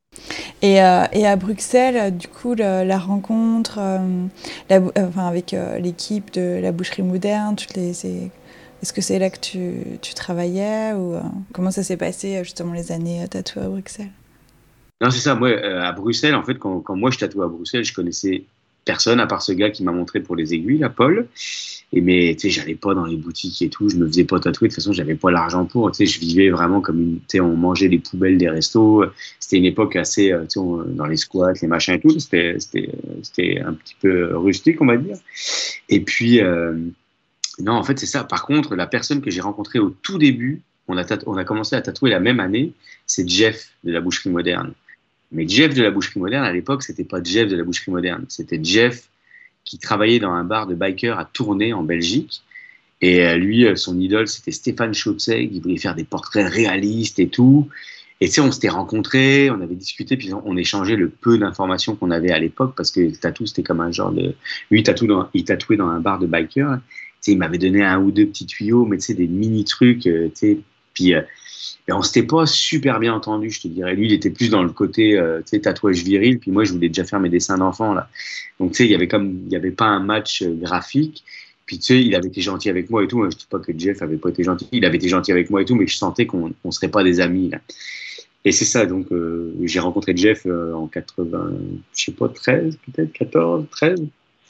[SPEAKER 1] Et, euh, et à Bruxelles, du coup, le, la rencontre euh, la, euh, enfin, avec euh, l'équipe de la boucherie moderne, toutes les, c'est, est-ce que c'est là que tu, tu travaillais ou euh, comment ça s'est passé justement les années tatouées à Bruxelles?
[SPEAKER 4] Non, c'est ça. Moi, euh, à Bruxelles, en fait, quand, quand moi je tatouais à Bruxelles, je connaissais personne à part ce gars qui m'a montré pour les aiguilles, là, Paul. Et mais tu sais, j'allais pas dans les boutiques et tout, je me faisais pas tatouer. De toute façon, j'avais pas l'argent pour. Tu sais, je vivais vraiment comme une. Tu sais, on mangeait les poubelles des restos. C'était une époque assez, tu sais, on, dans les squats, les machins et tout. C'était, c'était, c'était un petit peu rustique, on va dire. Et puis, euh, non, en fait, c'est ça. Par contre, la personne que j'ai rencontrée au tout début, on a, tat- on a commencé à tatouer la même année, c'est Jeff de la boucherie moderne. Mais Jeff de la boucherie moderne, à l'époque, c'était pas Jeff de la boucherie moderne. C'était Jeff qui travaillait dans un bar de bikers à Tournai, en Belgique. Et euh, lui, euh, son idole, c'était Stéphane Schautzeg. Il voulait faire des portraits réalistes et tout. Et tu sais, on s'était rencontrés, on avait discuté, puis on, on échangeait le peu d'informations qu'on avait à l'époque, parce que le tatou, c'était comme un genre de... Lui, il tatouait dans, il tatouait dans un bar de bikers. Tu sais, il m'avait donné un ou deux petits tuyaux, mais tu sais, des mini-trucs, euh, tu sais. Puis... Euh, Et on s'était pas super bien entendu, je te dirais. Lui, il était plus dans le côté euh, tu sais, tatouage viril, puis moi, je voulais déjà faire mes dessins d'enfants, là. Donc, tu sais, il y avait comme, il y avait pas un match euh, graphique. Puis, tu sais, il avait été gentil avec moi et tout. Moi, je dis pas que Jeff avait pas été gentil. Il avait été gentil avec moi et tout, mais je sentais qu'on on serait pas des amis, là. Et c'est ça, donc, euh, j'ai rencontré Jeff euh, en quatre-vingts, je sais pas, treize, peut-être, quatorze, treize.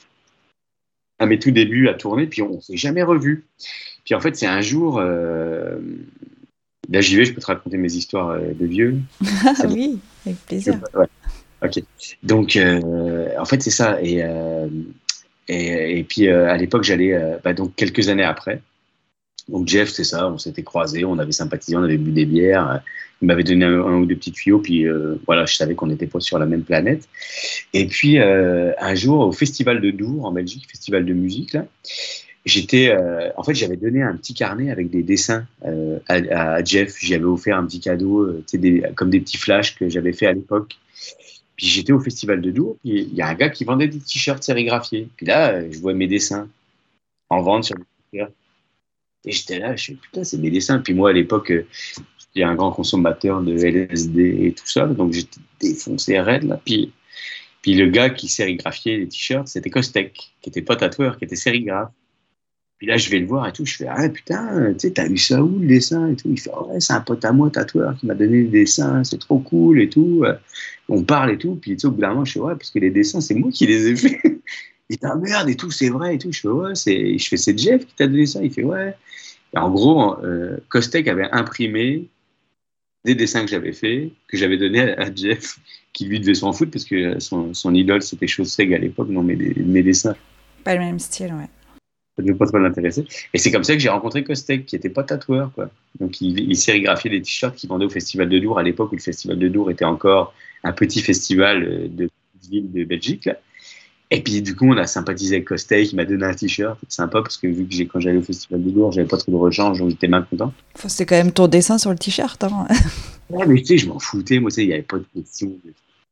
[SPEAKER 4] À mes tout débuts à tourner, puis on, on s'est jamais revus. Puis, en fait, c'est un jour... Euh, Là, j'y vais, je peux te raconter mes histoires euh, de vieux.
[SPEAKER 1] Ah oui, avec plaisir.
[SPEAKER 4] Ouais. Ok. Donc, euh, en fait, c'est ça. Et, euh, et, et puis, euh, à l'époque, j'allais, euh, bah, donc, quelques années après. Donc, Jeff, c'est ça, on s'était croisés, on avait sympathisé, on avait bu des bières. Il m'avait donné un, un ou deux petits tuyaux, puis euh, voilà, je savais qu'on n'était pas sur la même planète. Et puis, euh, un jour, au Festival de Dour, en Belgique, festival de musique, là, J'étais, euh, en fait, j'avais donné un petit carnet avec des dessins euh, à, à Jeff. J'avais offert un petit cadeau, euh, des, comme des petits flashs que j'avais fait à l'époque. Puis j'étais au Festival de Dour, puis il y a un gars qui vendait des t-shirts sérigraphiés. Puis là, je vois mes dessins en vente sur des t-shirts. Et j'étais là, je suis putain, c'est mes dessins. Puis moi, à l'époque, euh, j'étais un grand consommateur de L S D et tout ça, donc j'étais défoncé raide là. Puis, puis le gars qui sérigraphiait les t-shirts, c'était Kostek, qui était pas tatoueur, qui était sérigraphe. Puis là, je vais le voir et tout. Je fais, ah putain, tu sais, t'as eu ça où le dessin et tout. Il fait, ouais, c'est un pote à moi, tatoueur, qui m'a donné le dessin, c'est trop cool et tout. On parle et tout. Puis tu sais, au bout d'un moment, je fais, ouais, parce que les dessins, c'est moi qui les ai faits. Il dit, ah merde et tout, c'est vrai et tout. Je fais, ouais, c'est, je fais, c'est Jeff qui t'a donné ça. Il fait, ouais. Et en gros, euh, Kostek avait imprimé des dessins que j'avais faits, que j'avais donnés à, à Jeff, qui lui devait s'en foutre parce que son, son idole, c'était Schautzeg à l'époque, non, mes, mes dessins.
[SPEAKER 1] Pas le même style, ouais.
[SPEAKER 4] Ça ne devait pas trop l'intéresser. Et c'est comme ça que j'ai rencontré Kostek, qui n'était pas tatoueur, quoi. Donc, il, il sérigraphiait des t-shirts qu'il vendait au Festival de Dour, à l'époque où le Festival de Dour était encore un petit festival de ville de Belgique, là. Et puis, du coup, on a sympathisé avec Kostek, il m'a donné un t-shirt. C'est sympa, parce que vu que j'ai, quand j'allais au Festival de Dour, j'avais pas trop de rechange, donc j'étais bien content.
[SPEAKER 1] Enfin, c'est quand même ton dessin sur le t-shirt, hein.
[SPEAKER 4] Ouais, mais tu sais, je m'en foutais, moi, tu sais, il n'y avait pas de question.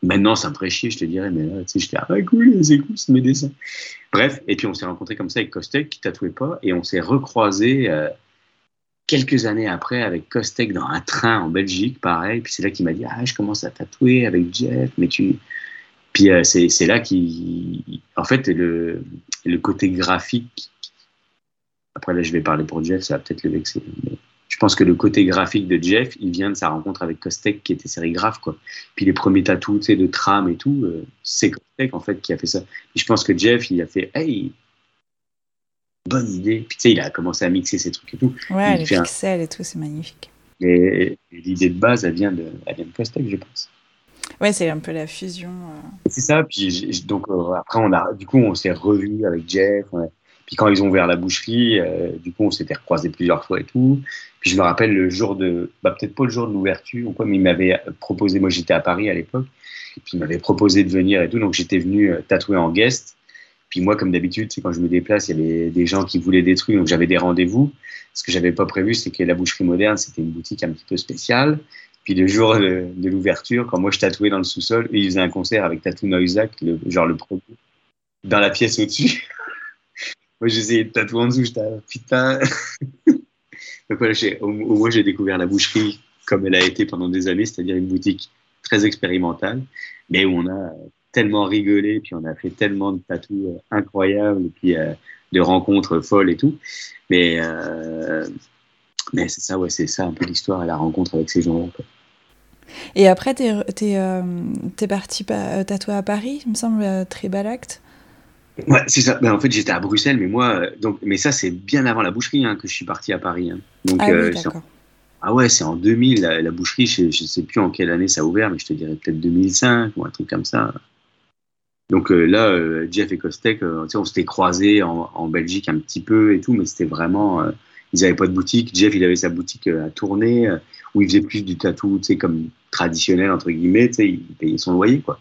[SPEAKER 4] Maintenant, ça me ferait chier, je te dirais, mais là, tu sais, j'étais, ah, cool, c'est cool, c'est mes dessins. Bref, et puis on s'est rencontrés comme ça avec Kostek, qui tatouait pas, et on s'est recroisés euh, quelques années après avec Kostek dans un train en Belgique, pareil. Puis c'est là qu'il m'a dit, ah, je commence à tatouer avec Jeff, mais tu. Puis euh, c'est, c'est là qu'il. En fait, le, le côté graphique. Après, là, je vais parler pour Jeff, ça va peut-être le vexer. Mais je pense que le côté graphique de Jeff, il vient de sa rencontre avec Kostek, qui était sérigraphe, quoi. Puis les premiers tatous, tu sais, de tram et tout, euh, c'est Kostek, en fait, qui a fait ça. Et je pense que Jeff, il a fait, hey, bonne idée. Puis tu sais, il a commencé à mixer ces trucs et tout.
[SPEAKER 1] Ouais,
[SPEAKER 4] il
[SPEAKER 1] les pixels un... et tout, c'est magnifique.
[SPEAKER 4] Et, et l'idée de base, elle vient de, elle vient de Kostek, je pense.
[SPEAKER 1] Ouais, c'est un peu la fusion. Euh...
[SPEAKER 4] C'est ça. Puis j'ai, donc euh, après, on a, du coup, on s'est revus avec Jeff. A, puis quand ils ont ouvert la boucherie, euh, du coup, on s'était recroisés plusieurs fois et tout. Puis je me rappelle le jour de, bah peut-être pas le jour de l'ouverture ou quoi, mais il m'avait proposé. Moi, j'étais à Paris à l'époque. Et puis il m'avait proposé de venir et tout. Donc j'étais venu euh, tatouer en guest. Puis moi, comme d'habitude, c'est quand je me déplace, il y avait des gens qui voulaient des trucs, donc j'avais des rendez-vous. Ce que j'avais pas prévu, c'est que la boucherie moderne, c'était une boutique un petit peu spéciale. Puis le jour de, de l'ouverture, quand moi je tatouais dans le sous-sol, ils faisaient un concert avec Tattoo Noisac, le, genre le produit, dans la pièce au-dessus. Moi j'essayais de tatouer en dessous, j'étais putain. Donc voilà, j'ai, au, au moins j'ai découvert la boucherie comme elle a été pendant des années, c'est-à-dire une boutique très expérimentale, mais où on a tellement rigolé, puis on a fait tellement de tatous euh, incroyables, et puis euh, de rencontres folles et tout. Mais, euh, mais c'est ça, ouais, c'est ça un peu l'histoire et la rencontre avec ces gens-là, quoi.
[SPEAKER 1] Et après, t'es, t'es, euh, t'es parti pa- tatouer à Paris, il me semble, à Tribalact.
[SPEAKER 4] Ouais, c'est ça. Ben, en fait, j'étais à Bruxelles, mais moi, euh, donc, mais ça, c'est bien avant la boucherie hein, que je suis parti à Paris. Hein. Donc,
[SPEAKER 1] ah
[SPEAKER 4] euh,
[SPEAKER 1] oui, d'accord.
[SPEAKER 4] En... Ah ouais, c'est en deux mille, la, la boucherie, je ne sais plus en quelle année ça a ouvert, mais je te dirais peut-être deux mille cinq ou un truc comme ça. Donc euh, là, euh, Jeff et Kostek, euh, on s'était croisés en, en Belgique un petit peu et tout, mais c'était vraiment... Euh, ils n'avaient pas de boutique. Jeff, il avait sa boutique euh, à Tournai, euh, où il faisait plus du tatou, tu sais, comme traditionnel, entre guillemets, tu sais, il payait son loyer, quoi.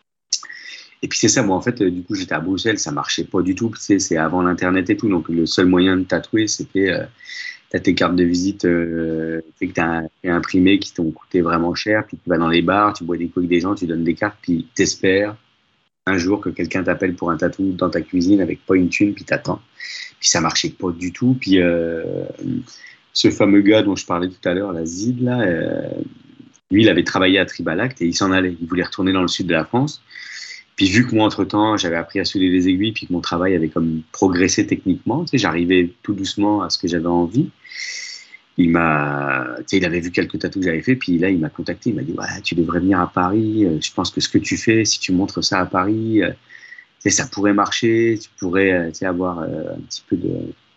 [SPEAKER 4] Et puis c'est ça, moi, en fait, euh, du coup, j'étais à Bruxelles, ça marchait pas du tout, tu sais, c'est avant l'Internet et tout, donc le seul moyen de tatouer, c'était... Euh, t'as tes cartes de visite euh, que t'as imprimées qui t'ont coûté vraiment cher, puis tu vas dans les bars, tu bois des coups avec des gens, tu donnes des cartes, puis t'espères un jour que quelqu'un t'appelle pour un tatou dans ta cuisine avec pas une thune, puis t'attends. Puis ça marchait pas du tout. Puis euh, ce fameux gars dont je parlais tout à l'heure, la Zid, là, euh, lui, il avait travaillé à Tribalact et il s'en allait. Il voulait retourner dans le sud de la France. Puis vu que moi, entre-temps, j'avais appris à souder les aiguilles, puis que mon travail avait comme progressé techniquement, tu sais, j'arrivais tout doucement à ce que j'avais envie. Il m'a, tu sais, il avait vu quelques tatous que j'avais fait, puis là, il m'a contacté. Il m'a dit, ouais, tu devrais venir à Paris. Je pense que ce que tu fais, si tu montres ça à Paris, tu sais, ça pourrait marcher. Tu pourrais, tu sais, avoir euh, un petit peu de,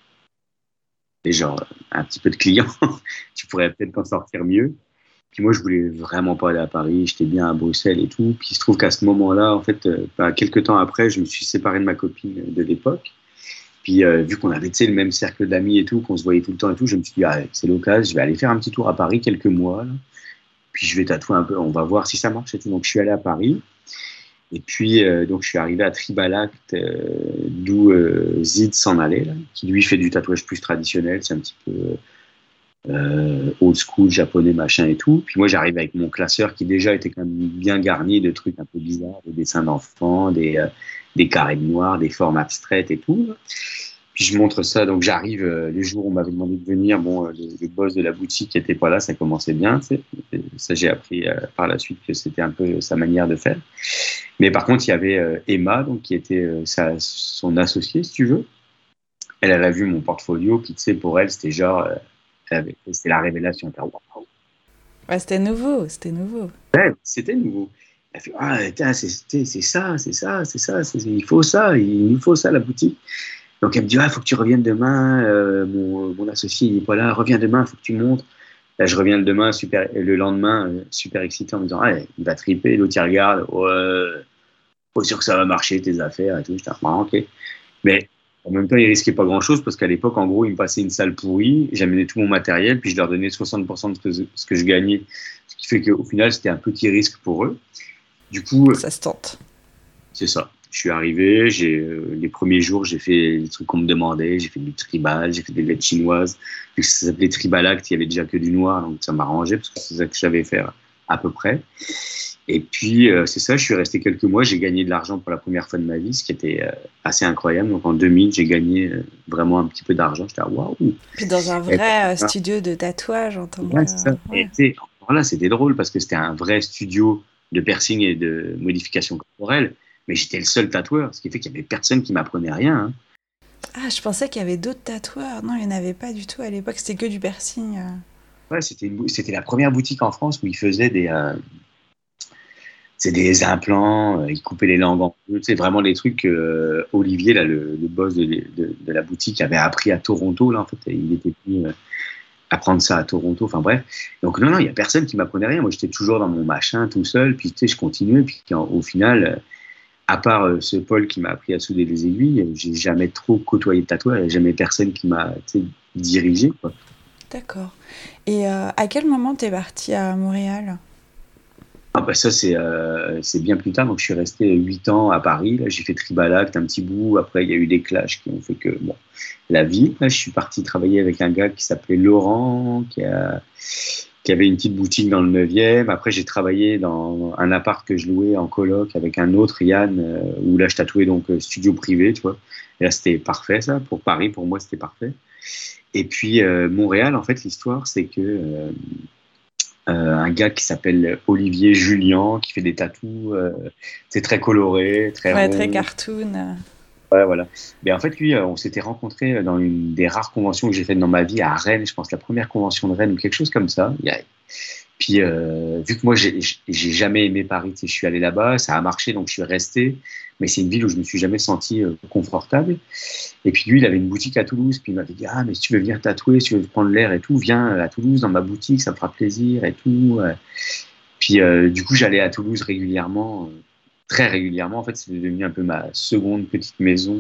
[SPEAKER 4] déjà, un petit peu de clients. Tu pourrais peut-être t'en sortir mieux. Puis moi, je voulais vraiment pas aller à Paris. J'étais bien à Bruxelles et tout. Puis il se trouve qu'à ce moment-là, en fait, euh, bah, quelques temps après, je me suis séparé de ma copine de l'époque. Puis euh, vu qu'on avait, tu sais, le même cercle d'amis et tout, qu'on se voyait tout le temps et tout, je me suis dit, ah, c'est l'occasion, je vais aller faire un petit tour à Paris quelques mois. Là. Puis je vais tatouer un peu, on va voir si ça marche et tout. Donc je suis allé à Paris. Et puis, euh, donc je suis arrivé à Tribalact, euh, d'où euh, Zid s'en allait, là, qui lui fait du tatouage plus traditionnel. C'est un petit peu... Euh, old school, japonais, machin et tout. Puis moi, j'arrive avec mon classeur qui déjà était quand même bien garni de trucs un peu bizarres, des dessins d'enfants, des, euh, des carrés noirs, des formes abstraites et tout. Puis je montre ça. Donc j'arrive, euh, les jours où on m'avait demandé de venir, bon, euh, le, le boss de la boutique n'était pas là, ça commençait bien. Tu sais. Ça, j'ai appris euh, par la suite que c'était un peu sa manière de faire. Mais par contre, il y avait euh, Emma, donc, qui était euh, sa, son associée, si tu veux. Elle, elle a vu mon portfolio, puis tu sais, pour elle, c'était genre... Euh, c'était la révélation. Wow.
[SPEAKER 1] Ouais, c'était nouveau, c'était nouveau.
[SPEAKER 4] Ouais, c'était nouveau. Elle fait, ah, c'est, c'est, c'est ça, c'est ça, c'est ça, c'est, il faut ça, il nous faut ça, la boutique. Donc elle me dit, il ah, faut que tu reviennes demain, euh, mon, mon associé, il n'est pas là, reviens demain, il faut que tu montes. Là, je reviens le, demain, super, le lendemain, euh, super excité en me disant, ah, il va triper, l'autre il regarde, ouais, pas sûr que ça va marcher, tes affaires et tout. J'étais, ah, ok. Mais en même temps, il risquait pas grand-chose parce qu'à l'époque, en gros, ils me passaient une salle pourrie, j'amenais tout mon matériel, puis je leur donnais soixante pour cent de ce que, ce que je gagnais. Ce qui fait qu'au final, c'était un petit risque pour eux. Du coup...
[SPEAKER 1] Ça se tente.
[SPEAKER 4] C'est ça. Je suis arrivé, j'ai, euh, les premiers jours, j'ai fait les trucs qu'on me demandait, j'ai fait du tribal, j'ai fait des lettres chinoises. Vu que ça s'appelait Tribalact, il y avait déjà que du noir, donc ça m'arrangeait parce que c'est ça que je savais faire à peu près. Et puis, euh, c'est ça, je suis resté quelques mois, j'ai gagné de l'argent pour la première fois de ma vie, ce qui était euh, assez incroyable. Donc en deux mille, j'ai gagné euh, vraiment un petit peu d'argent. J'étais, waouh!
[SPEAKER 1] Puis dans un vrai et, studio de tatouage, en tant que...
[SPEAKER 4] Ouais, c'est ça. Ouais. Et tu sais, là, c'était drôle parce que c'était un vrai studio de piercing et de modification corporelle, mais j'étais le seul tatoueur, ce qui fait qu'il n'y avait personne qui m'apprenait rien. Hein.
[SPEAKER 1] Ah, je pensais qu'il y avait d'autres tatoueurs. Non, il n'y en avait pas du tout à l'époque, c'était que du piercing. Euh...
[SPEAKER 4] Ouais, c'était, une, c'était la première boutique en France où ils faisaient des... Euh, c'est des implants, euh, ils coupaient les langues en deux, c'est vraiment des trucs que euh, Olivier, là, le, le boss de, de, de la boutique, avait appris à Toronto. Là, en fait, il était venu euh, apprendre ça à Toronto. Enfin bref. Donc non, non, il y a personne qui m'apprenait rien. Moi, j'étais toujours dans mon machin, tout seul. Puis tu sais, je continuais. Puis en, au final, euh, à part euh, ce Paul qui m'a appris à souder les aiguilles, euh, j'ai jamais trop côtoyé de tatoueur. Il n'y a jamais personne qui m'a dirigé, quoi.
[SPEAKER 1] D'accord. Et euh, à quel moment t'es parti à Montréal ?
[SPEAKER 4] Ah bah ça, c'est, euh, c'est bien plus tard. Donc, je suis resté huit ans à Paris. Là, j'ai fait Tribalac un petit bout. Après, il y a eu des clashs qui ont fait que, bon, la vie. Là, je suis parti travailler avec un gars qui s'appelait Laurent, qui, a, qui avait une petite boutique dans le neuvième. Après, j'ai travaillé dans un appart que je louais en coloc avec un autre, Yann, euh, où là, je tatouais donc studio privé, tu vois. Et là, c'était parfait, ça. Pour Paris, pour moi, c'était parfait. Et puis, euh, Montréal, en fait, l'histoire, c'est que... Euh, Euh, un gars qui s'appelle Olivier Julien, qui fait des tatous, euh, c'est très coloré, très
[SPEAKER 1] ouais,
[SPEAKER 4] rond.
[SPEAKER 1] très cartoon.
[SPEAKER 4] Ouais, voilà. Mais en fait, lui, on s'était rencontrés dans une des rares conventions que j'ai faites dans ma vie à Rennes, je pense la première convention de Rennes ou quelque chose comme ça. Puis, euh, vu que moi, j'ai, j'ai jamais aimé Paris, je suis allé là-bas, ça a marché, donc je suis resté. Mais c'est une ville où je me suis jamais senti euh, confortable. Et puis lui, il avait une boutique à Toulouse, puis il m'avait dit « Ah, mais si tu veux venir tatouer, si tu veux prendre l'air et tout, viens à Toulouse dans ma boutique, ça me fera plaisir et tout. » Puis euh, du coup, j'allais à Toulouse régulièrement, euh, très régulièrement. En fait, c'est devenu un peu ma seconde petite maison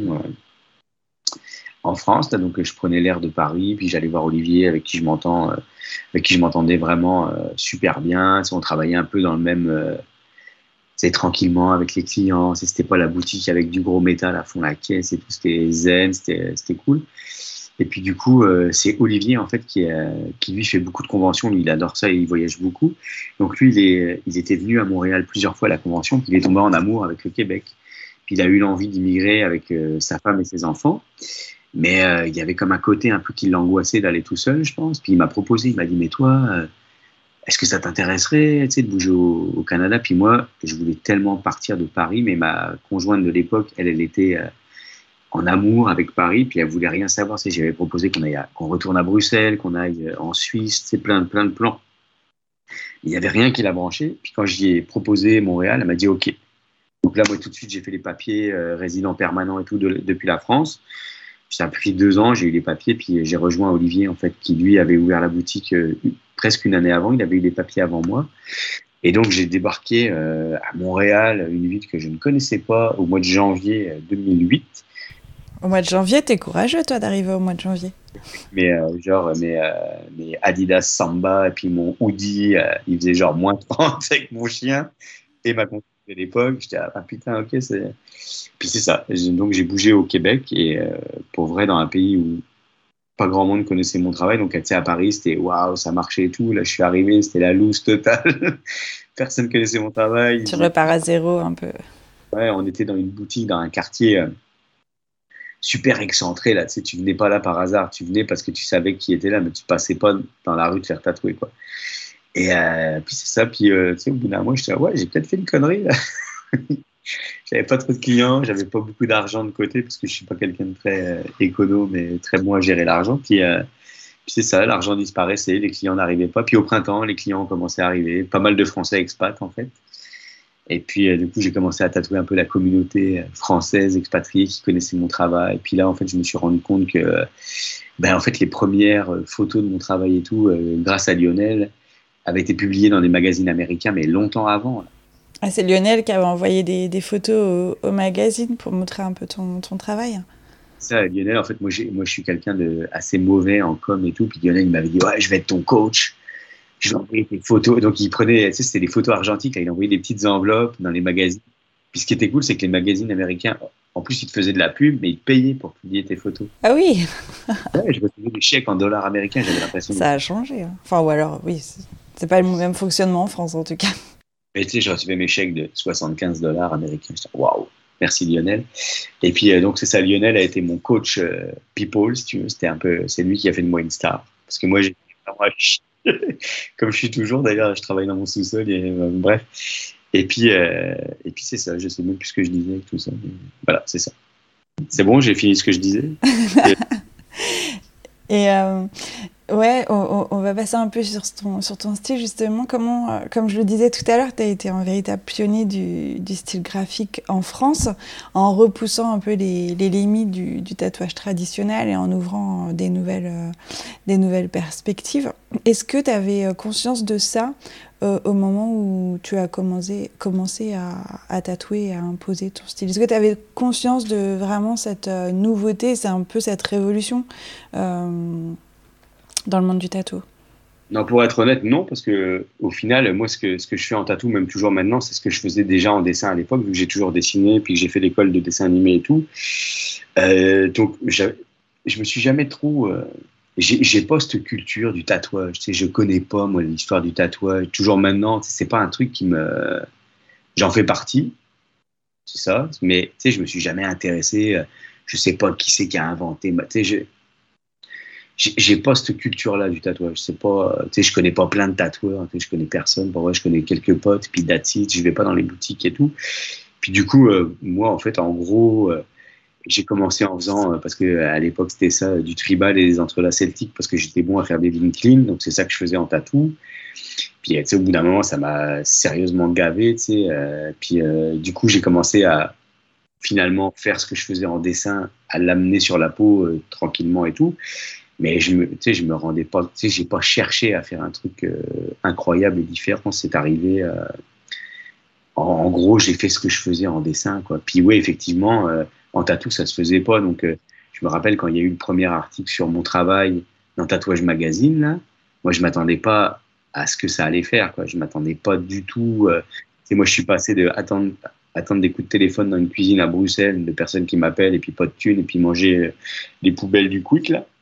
[SPEAKER 4] euh, en France. Là, donc, je prenais l'air de Paris, puis j'allais voir Olivier, avec qui je m'entends, euh, avec qui je m'entendais vraiment euh, super bien. On travaillait un peu dans le même... Euh, c'est tranquillement avec les clients, c'était pas la boutique avec du gros métal à fond la caisse et tout, c'était zen, c'était, c'était cool. Et puis du coup, euh, c'est Olivier en fait qui, euh, qui lui fait beaucoup de conventions, lui il adore ça et il voyage beaucoup. Donc lui, il, est, il était venu à Montréal plusieurs fois à la convention, puis il est tombé en amour avec le Québec. Puis il a eu l'envie d'immigrer avec euh, sa femme et ses enfants. Mais euh, il y avait comme un côté un peu qui l'angoissait d'aller tout seul, je pense. Puis il m'a proposé, il m'a dit, mais toi... Euh, est-ce que ça t'intéresserait, tu sais, de bouger au, au Canada? Puis moi, je voulais tellement partir de Paris, mais ma conjointe de l'époque, elle, elle était euh, en amour avec Paris, puis elle voulait rien savoir. Tu sais, j'avais proposé qu'on aille à, qu'on retourne à Bruxelles, qu'on aille en Suisse, tu sais, plein, plein de plans. Il n'y avait rien qui l'a branché. Puis quand j'y ai proposé Montréal, elle m'a dit OK. Donc là, moi, tout de suite, j'ai fait les papiers euh, résident permanent et tout de, depuis la France. Ça a pris deux ans, j'ai eu les papiers, puis j'ai rejoint Olivier, en fait, qui lui avait ouvert la boutique euh, presque une année avant. Il avait eu les papiers avant moi. Et donc, j'ai débarqué euh, à Montréal, une ville que je ne connaissais pas, au mois de janvier deux mille huit.
[SPEAKER 1] Au mois de janvier, t'es courageux, toi, d'arriver au mois de janvier.
[SPEAKER 4] Mais euh, genre, mes, euh, mes Adidas Samba, et puis mon hoodie, euh, il faisait genre moins trente avec mon chien et ma contact de l'époque. J'étais, ah putain, ok, c'est... Puis c'est ça. Donc, j'ai bougé au Québec, et euh, pour vrai, dans un pays où pas grand monde connaissait mon travail. Donc, tu sais, à Paris, c'était waouh, ça marchait et tout. Là, je suis arrivé, c'était la loose totale. Personne connaissait mon travail.
[SPEAKER 1] Tu repars à zéro un peu.
[SPEAKER 4] Ouais, on était dans une boutique, dans un quartier euh, super excentré. Là, tu sais, tu venais pas là par hasard. Tu venais parce que tu savais qui était là, mais tu passais pas dans la rue te faire tatouer, quoi. Et euh, puis c'est ça. Puis, euh, tu sais, au bout d'un mois, je disais, ouais, j'ai peut-être fait une connerie, là. J'avais pas trop de clients, j'avais pas beaucoup d'argent de côté parce que je suis pas quelqu'un de très euh, écono, mais très bon à gérer l'argent. Puis, euh, puis c'est ça, l'argent disparaissait, les clients n'arrivaient pas. Puis au printemps, les clients ont commencé à arriver, pas mal de Français expats en fait. Et puis euh, du coup, j'ai commencé à tatouer un peu la communauté française expatriée qui connaissait mon travail. Et puis là, en fait, je me suis rendu compte que, euh, ben en fait, les premières photos de mon travail et tout, euh, grâce à Lionel, avaient été publiées dans des magazines américains, mais longtemps avant. Là.
[SPEAKER 1] Ah, c'est Lionel qui avait envoyé des, des photos au, au magazine pour montrer un peu ton, ton travail.
[SPEAKER 4] Ça, Lionel, en fait, moi, j'ai, moi je suis quelqu'un de assez mauvais en com et tout. Puis Lionel, il m'avait dit, ouais, je vais être ton coach. Je vais envoyer tes photos. Donc, il prenait, tu sais, c'était des photos argentiques. Là, il envoyait des petites enveloppes dans les magazines. Puis ce qui était cool, c'est que les magazines américains, en plus, ils te faisaient de la pub, mais ils te payaient pour publier tes photos.
[SPEAKER 1] Ah oui.
[SPEAKER 4] Ouais, je recevais des chèques en dollars américains, j'avais l'impression.
[SPEAKER 1] Ça a changé. Hein. Enfin, ou alors, oui, c'est, c'est pas le même fonctionnement en France, en tout cas.
[SPEAKER 4] Et tu sais, je recevais mes chèques de soixante-quinze dollars américains. J'étais, waouh, merci Lionel. Et puis, euh, donc, c'est ça, Lionel a été mon coach euh, people, si tu veux. C'était un peu, c'est lui qui a fait de moi une star. Parce que moi, j'ai vraiment à chier. Comme je suis toujours, d'ailleurs, je travaille dans mon sous-sol, et euh, bref. Et puis, euh, et puis c'est ça, je sais même plus ce que je disais avec tout ça. Mais voilà, c'est ça. C'est bon, j'ai fini ce que je disais.
[SPEAKER 1] Et euh, ouais, on, on va passer un peu sur ton, sur ton style, justement. Comment, euh, comme je le disais tout à l'heure, tu as été un véritable pionnier du, du style graphique en France, en repoussant un peu les, les limites du, du tatouage traditionnel et en ouvrant des nouvelles, euh, des nouvelles perspectives. Est-ce que tu avais conscience de ça euh, au moment où tu as commencé, commencé à, à tatouer et à imposer ton style? Est-ce que tu avais conscience de vraiment cette euh, nouveauté, c'est un peu cette révolution euh, dans le monde du tatou?
[SPEAKER 4] Non, pour être honnête, non, parce que au final, moi, ce que, ce que je fais en tatou, même toujours maintenant, c'est ce que je faisais déjà en dessin à l'époque, vu que j'ai toujours dessiné, puis que j'ai fait l'école de dessin animé et tout. Euh, donc, je me suis jamais trop... Euh, j'ai, j'ai pas cette culture du tatouage, tu sais, je connais pas, moi, l'histoire du tatouage. Toujours maintenant, tu sais, c'est pas un truc qui me... J'en fais partie, c'est ça, mais tu sais, je me suis jamais intéressé, euh, je sais pas qui c'est qui a inventé, tu sais, je... J'ai, j'ai pas cette culture-là du tatouage. C'est pas, tu sais, je connais pas plein de tatoueurs. Tu sais, je connais personne. Pour vrai, je connais quelques potes. Puis that's it. Je vais pas dans les boutiques et tout. Puis du coup, euh, moi, en fait, en gros, euh, j'ai commencé en faisant, euh, parce que à l'époque c'était ça, du tribal et des entrelacs celtiques, parce que j'étais bon à faire des lignes clean. Donc c'est ça que je faisais en tatou. Puis tu sais, au bout d'un moment, ça m'a sérieusement gavé. Tu sais. Euh, puis euh, du coup, j'ai commencé à finalement faire ce que je faisais en dessin, à l'amener sur la peau euh, tranquillement et tout. Mais je me, tu sais, je me rendais pas, tu sais, j'ai pas cherché à faire un truc euh, incroyable et différent. C'est arrivé. Euh, en, en gros, j'ai fait ce que je faisais en dessin, quoi. Puis ouais, effectivement, euh, en tatou, ça se faisait pas. Donc, euh, je me rappelle quand il y a eu le premier article sur mon travail dans Tatouage Magazine, là, moi, je m'attendais pas à ce que ça allait faire, quoi. Je m'attendais pas du tout. Euh, tu sais, moi, je suis passé de attendre, attendre des coups de téléphone dans une cuisine à Bruxelles, de personnes qui m'appellent et puis pas de thunes et puis manger euh, les poubelles du Quick, là.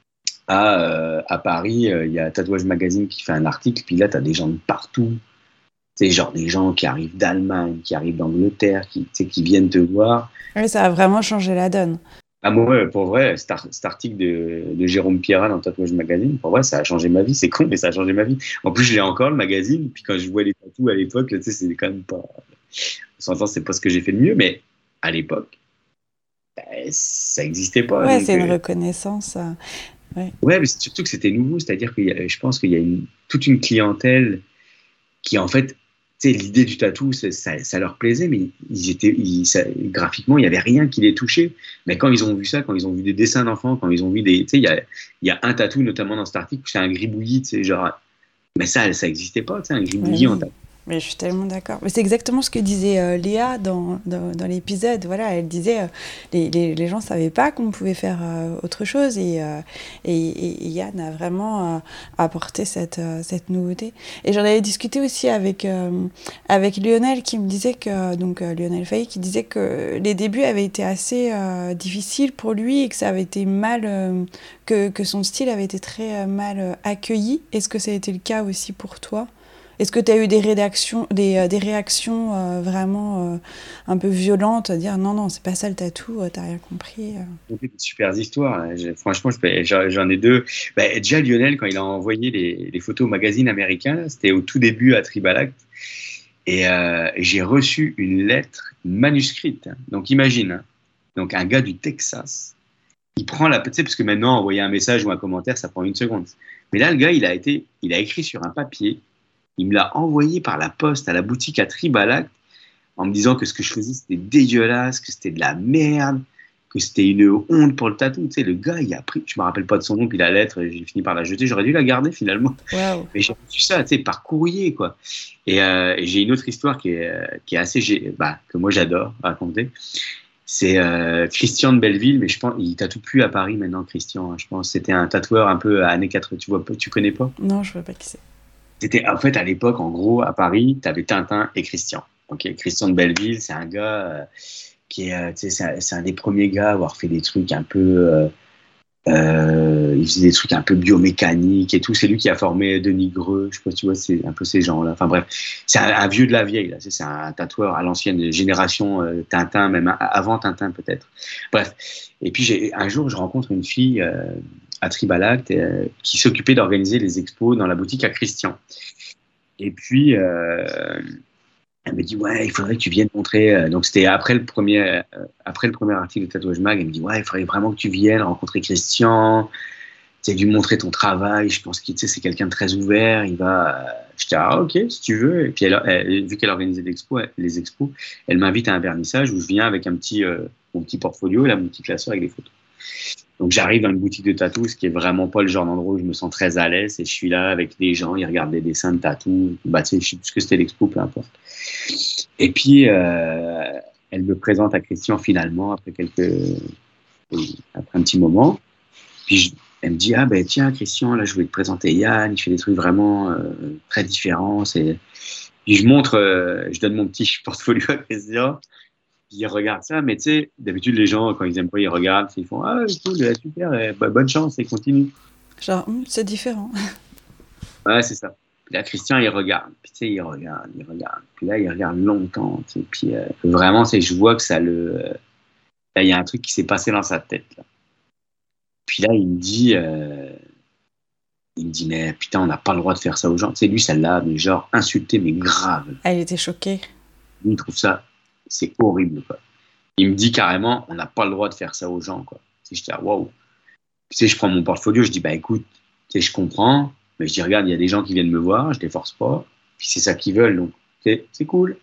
[SPEAKER 4] À, euh, à Paris, il euh, y a Tatouage Magazine qui fait un article, puis là, tu as des gens de partout. C'est genre des gens qui arrivent d'Allemagne, qui arrivent d'Angleterre, qui, qui viennent te voir.
[SPEAKER 1] Oui, ça a vraiment changé la donne.
[SPEAKER 4] Ah, moi, pour vrai, cet, ar- cet article de, de Jérôme Pierrat dans Tatouage Magazine, pour vrai, ça a changé ma vie. C'est con, mais ça a changé ma vie. En plus, je l'ai encore, le magazine, puis quand je vois les tatous à l'époque, tu sais, c'est quand même pas... On s'entend, c'est pas ce que j'ai fait de mieux, mais à l'époque, ben, ça n'existait pas.
[SPEAKER 1] Ouais,
[SPEAKER 4] donc,
[SPEAKER 1] c'est une
[SPEAKER 4] euh...
[SPEAKER 1] reconnaissance... Euh...
[SPEAKER 4] Ouais. ouais, mais c'est surtout que c'était nouveau, c'est-à-dire que je pense qu'il y a une, toute une clientèle qui, en fait, tu sais, l'idée du tatou, ça, ça, ça leur plaisait, mais ils étaient, ils, ça, graphiquement, il n'y avait rien qui les touchait. Mais quand ils ont vu ça, quand ils ont vu des dessins d'enfants, quand ils ont vu des. Tu sais, il y a, il y a un tatou, notamment dans cet article, c'est un gribouillis, tu sais, genre. Mais ça, ça n'existait pas, tu sais, un gribouillis
[SPEAKER 1] oui.
[SPEAKER 4] en tatou.
[SPEAKER 1] Mais je suis tellement d'accord. Mais c'est exactement ce que disait euh, Léa dans, dans, dans l'épisode. Voilà, elle disait euh, les, les, les gens ne savaient pas qu'on pouvait faire euh, autre chose. Et, euh, et, et Yann a vraiment euh, apporté cette, euh, cette nouveauté. Et j'en avais discuté aussi avec, euh, avec Lionel qui me disait que, donc euh, Lionel Faye, qui disait que les débuts avaient été assez euh, difficiles pour lui et que ça avait été mal, euh, que, que son style avait été très euh, mal accueilli. Est-ce que ça a été le cas aussi pour toi ? Est-ce que tu as eu des, rédactions, des, euh, des réactions euh, vraiment euh, un peu violentes, à dire non, non, c'est pas ça le tatou, euh, t'as rien compris euh.
[SPEAKER 4] Des super histoires. J'ai, franchement, je peux, j'en, j'en ai deux. Bah, déjà, Lionel, quand il a envoyé les, les photos au magazine américain, là, c'était au tout début à Tribal Act. Et euh, j'ai reçu une lettre manuscrite. Donc, imagine, hein, donc un gars du Texas, il prend la petite, parce que maintenant, envoyer un message ou un commentaire, ça prend une seconde. Mais là, le gars, il a, été, il a écrit sur un papier. Il me l'a envoyé par la poste à la boutique à Tribal Act en me disant que ce que je faisais, c'était dégueulasse, que c'était de la merde, que c'était une honte pour le tatou. Tu sais, le gars, il a pris, je me rappelle pas de son nom, puis la lettre, j'ai fini par la jeter. J'aurais dû la garder finalement.
[SPEAKER 1] Wow.
[SPEAKER 4] Mais j'ai reçu ça, tu sais, par courrier, quoi. Et, euh, et j'ai une autre histoire qui est, qui est assez, bah, que moi j'adore raconter. C'est euh, Christian de Belleville, mais je pense il tatoue plus à Paris maintenant, Christian. Hein, je pense c'était un tatoueur un peu à années quatre-vingts. Tu vois, tu connais pas?
[SPEAKER 1] Non, je vois pas qui c'est.
[SPEAKER 4] C'était en fait à l'époque, en gros, à Paris, tu avais Tintin et Christian. Okay, Christian de Belleville, c'est un gars euh, qui est, euh, tu sais, c'est un, c'est un des premiers gars à avoir fait des trucs un peu, euh, Euh, il faisait des trucs un peu biomécaniques et tout. C'est lui qui a formé Denis Greux. Je sais pas si tu vois, c'est un peu ces gens-là. Enfin bref, c'est un, un vieux de la vieille. Là. C'est un tatoueur à l'ancienne génération euh, Tintin, même avant Tintin peut-être. Bref. Et puis j'ai, un jour, je rencontre une fille euh, à Tribalact euh, qui s'occupait d'organiser les expos dans la boutique à Christian. Et puis euh, elle me dit ouais, il faudrait que tu viennes montrer. Donc c'était après le premier, euh, après le premier article de Tatouage Mag. Elle me dit ouais, il faudrait vraiment que tu viennes rencontrer Christian. Tu sais, lui montrer ton travail. Je pense qu'il, tu sais, c'est quelqu'un de très ouvert. Il va. Je dis ah ok, si tu veux. Et puis elle, elle, vu qu'elle organisait l'expo, les expos, elle m'invite à un vernissage où je viens avec un petit, euh, mon petit portfolio, là, mon petit classeur avec des photos. Donc j'arrive dans une boutique de tatou, ce qui est vraiment pas le genre d'endroit où je me sens très à l'aise. Et je suis là avec des gens, ils regardent des dessins de tatou. Bah tu sais, je sais plus ce que c'était l'expo, peu importe. Et puis euh, elle me présente à Christian finalement après quelques, après un petit moment. Puis je, elle me dit ah ben tiens Christian, là je voulais te présenter Yann, il fait des trucs vraiment euh, très différents. C'est... Puis je montre, euh, je donne mon petit portfolio à Christian. Puis ils regardent ça, mais tu sais, d'habitude, les gens, quand ils aiment pas, ils regardent, ils font ah, cool, super, et, bah, bonne chance, et continue.
[SPEAKER 1] Genre, hum, c'est différent.
[SPEAKER 4] Ouais, c'est ça. Puis là, Christian, il regarde, puis tu sais, il regarde, il regarde. Puis là, il regarde longtemps, tu sais, puis euh, vraiment, c'est, je vois que ça le. Euh, là, il y a un truc qui s'est passé dans sa tête, là. Puis là, il me dit, euh, il me dit, mais putain, on n'a pas le droit de faire ça aux gens. Tu sais, lui, ça l'a, mais genre, insulté, mais grave.
[SPEAKER 1] Elle était choquée.
[SPEAKER 4] Lui, il trouve ça. C'est horrible, quoi. Il me dit carrément, on n'a pas le droit de faire ça aux gens, quoi. Tu sais, je dis, ah, waouh. Tu sais, je prends mon portfolio, je dis, bah écoute, tu sais, je comprends, mais je dis, regarde, il y a des gens qui viennent me voir, je les force pas, puis c'est ça qu'ils veulent, donc c'est, c'est cool.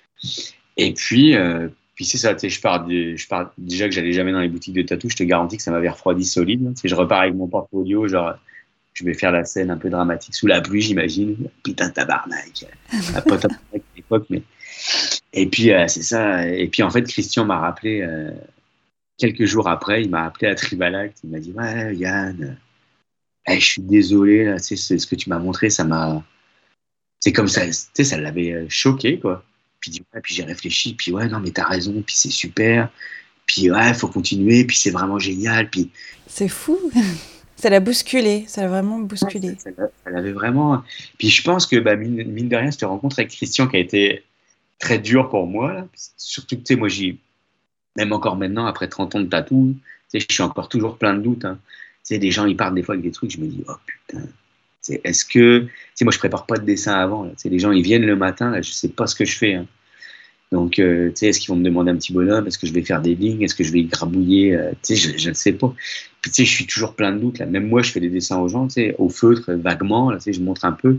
[SPEAKER 4] Et puis, euh, puis c'est ça, tu sais, je pars, de, je pars déjà que j'allais jamais dans les boutiques de tatou, je te garantis que ça m'avait refroidi solide. Tu sais, je repars avec mon portfolio, genre, je vais faire la scène un peu dramatique sous la pluie, j'imagine. Putain de tabarnak. Pas tabarnak à l'époque, mais. Et puis, euh, c'est ça. Et puis, en fait, Christian m'a rappelé, euh, quelques jours après, il m'a appelé à Tribalact. Il m'a dit, ouais, Yann, hey, je suis désolé, là, c'est, c'est ce que tu m'as montré, ça m'a. C'est comme ça, tu sais, ça l'avait choqué, quoi. Puis, dit, ouais, puis j'ai réfléchi, puis ouais, non, mais t'as raison, puis c'est super. Puis, ouais, il faut continuer, puis c'est vraiment génial. Puis...
[SPEAKER 1] C'est fou. Ça l'a bousculé, ça l'a vraiment bousculé.
[SPEAKER 4] Ouais, ça, ça, ça l'avait vraiment. Puis, je pense que, bah, mine, mine de rien, cette rencontre avec Christian qui a été très dur pour moi, là. Surtout que, tu sais, moi, j'ai, même encore maintenant, après trente ans de tatou, tu sais, je suis encore toujours plein de doutes, hein. Tu sais, des gens, ils partent des fois avec des trucs, je me dis, oh putain, tu sais, est-ce que, tu sais, moi, je prépare pas de dessin avant, là. Tu sais, les gens, ils viennent le matin, là, je sais pas ce que je fais, hein. Donc, euh, tu sais, est-ce qu'ils vont me demander un petit bonhomme? Est-ce que je vais faire des lignes? Est-ce que je vais grabouiller? euh, Tu sais, je ne sais pas. Puis, tu sais, je suis toujours plein de doutes, là. Même moi, je fais des dessins aux gens, tu sais, au feutre, vaguement, là, tu sais, je montre un peu.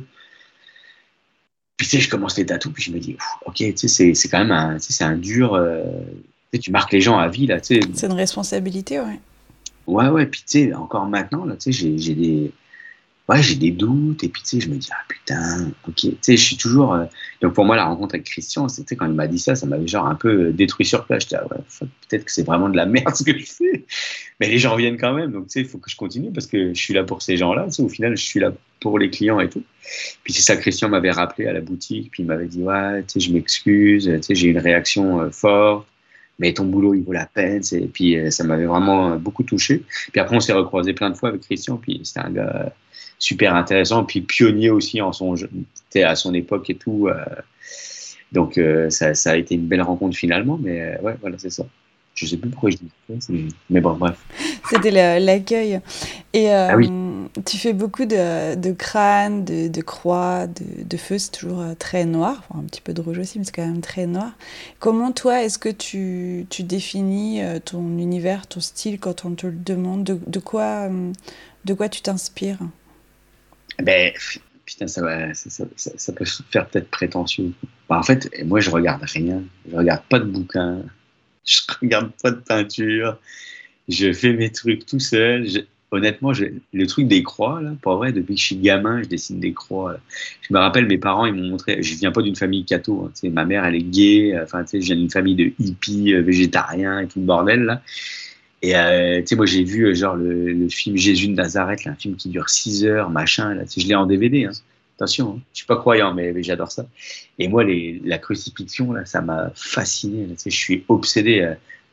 [SPEAKER 4] Puis, tu sais, je commence les tatous, puis je me dis, ok, tu sais, c'est, c'est quand même un, tu sais, c'est un dur. Euh, tu sais, tu marques les gens à vie, là, tu sais.
[SPEAKER 1] C'est une responsabilité, ouais.
[SPEAKER 4] Ouais, ouais, puis, tu sais, encore maintenant, là, tu sais, j'ai, j'ai des. Ouais, j'ai des doutes, et puis, tu sais, je me dis, ah putain, ok, tu sais, je suis toujours. Euh... Donc, pour moi, la rencontre avec Christian, c'était quand il m'a dit ça, ça m'avait genre un peu détruit sur place. J'étais, ah ouais, peut-être que c'est vraiment de la merde ce que je fais. Mais les gens viennent quand même, donc, tu sais, il faut que je continue parce que je suis là pour ces gens-là, tu sais, au final, je suis là pour les clients et tout. Puis, c'est ça, Christian m'avait rappelé à la boutique, puis il m'avait dit, ouais, tu sais, je m'excuse, tu sais, j'ai une réaction euh, forte, mais ton boulot, il vaut la peine, et puis euh, ça m'avait vraiment euh, beaucoup touché. Puis après, on s'est recroisé plein de fois avec Christian, puis c'était un gars super intéressant, puis pionnier aussi en son, à son époque et tout. Euh, donc, euh, ça, ça a été une belle rencontre finalement, mais euh, ouais, voilà, c'est ça. Je sais plus pourquoi je dis ça, mais bon, bref.
[SPEAKER 1] C'était la, l'accueil. Et euh,
[SPEAKER 4] ah oui.
[SPEAKER 1] Tu fais beaucoup de, de crânes, de, de croix, de, de feu, c'est toujours très noir, enfin, un petit peu de rouge aussi, mais c'est quand même très noir. Comment toi, est-ce que tu, tu définis ton univers, ton style quand on te le demande? De, de, quoi, de quoi tu t'inspires?
[SPEAKER 4] Ben, putain, ça, va, ça, ça, ça, ça peut faire peut-être prétentieux. Ben, en fait, moi, je regarde rien. Je regarde pas de bouquins. Je regarde pas de peinture. Je fais mes trucs tout seul. Je, honnêtement, je, le truc des croix, là, pour vrai, depuis que je suis gamin, je dessine des croix. Là. Je me rappelle, mes parents, ils m'ont montré. Je viens pas d'une famille catho. Hein, tu sais, ma mère, elle est gay. Enfin, tu sais, je viens d'une famille de hippies, euh, végétariens et tout le bordel, là. Et euh, tu sais, moi j'ai vu euh, genre le, le film Jésus de Nazareth, là, un film qui dure six heures, machin. Là, tu sais, je l'ai en D V D. Hein. Attention, hein, je suis pas croyant, mais, mais j'adore ça. Et moi, les, la crucifixion, là, ça m'a fasciné. Là, tu sais, je suis obsédé. Euh,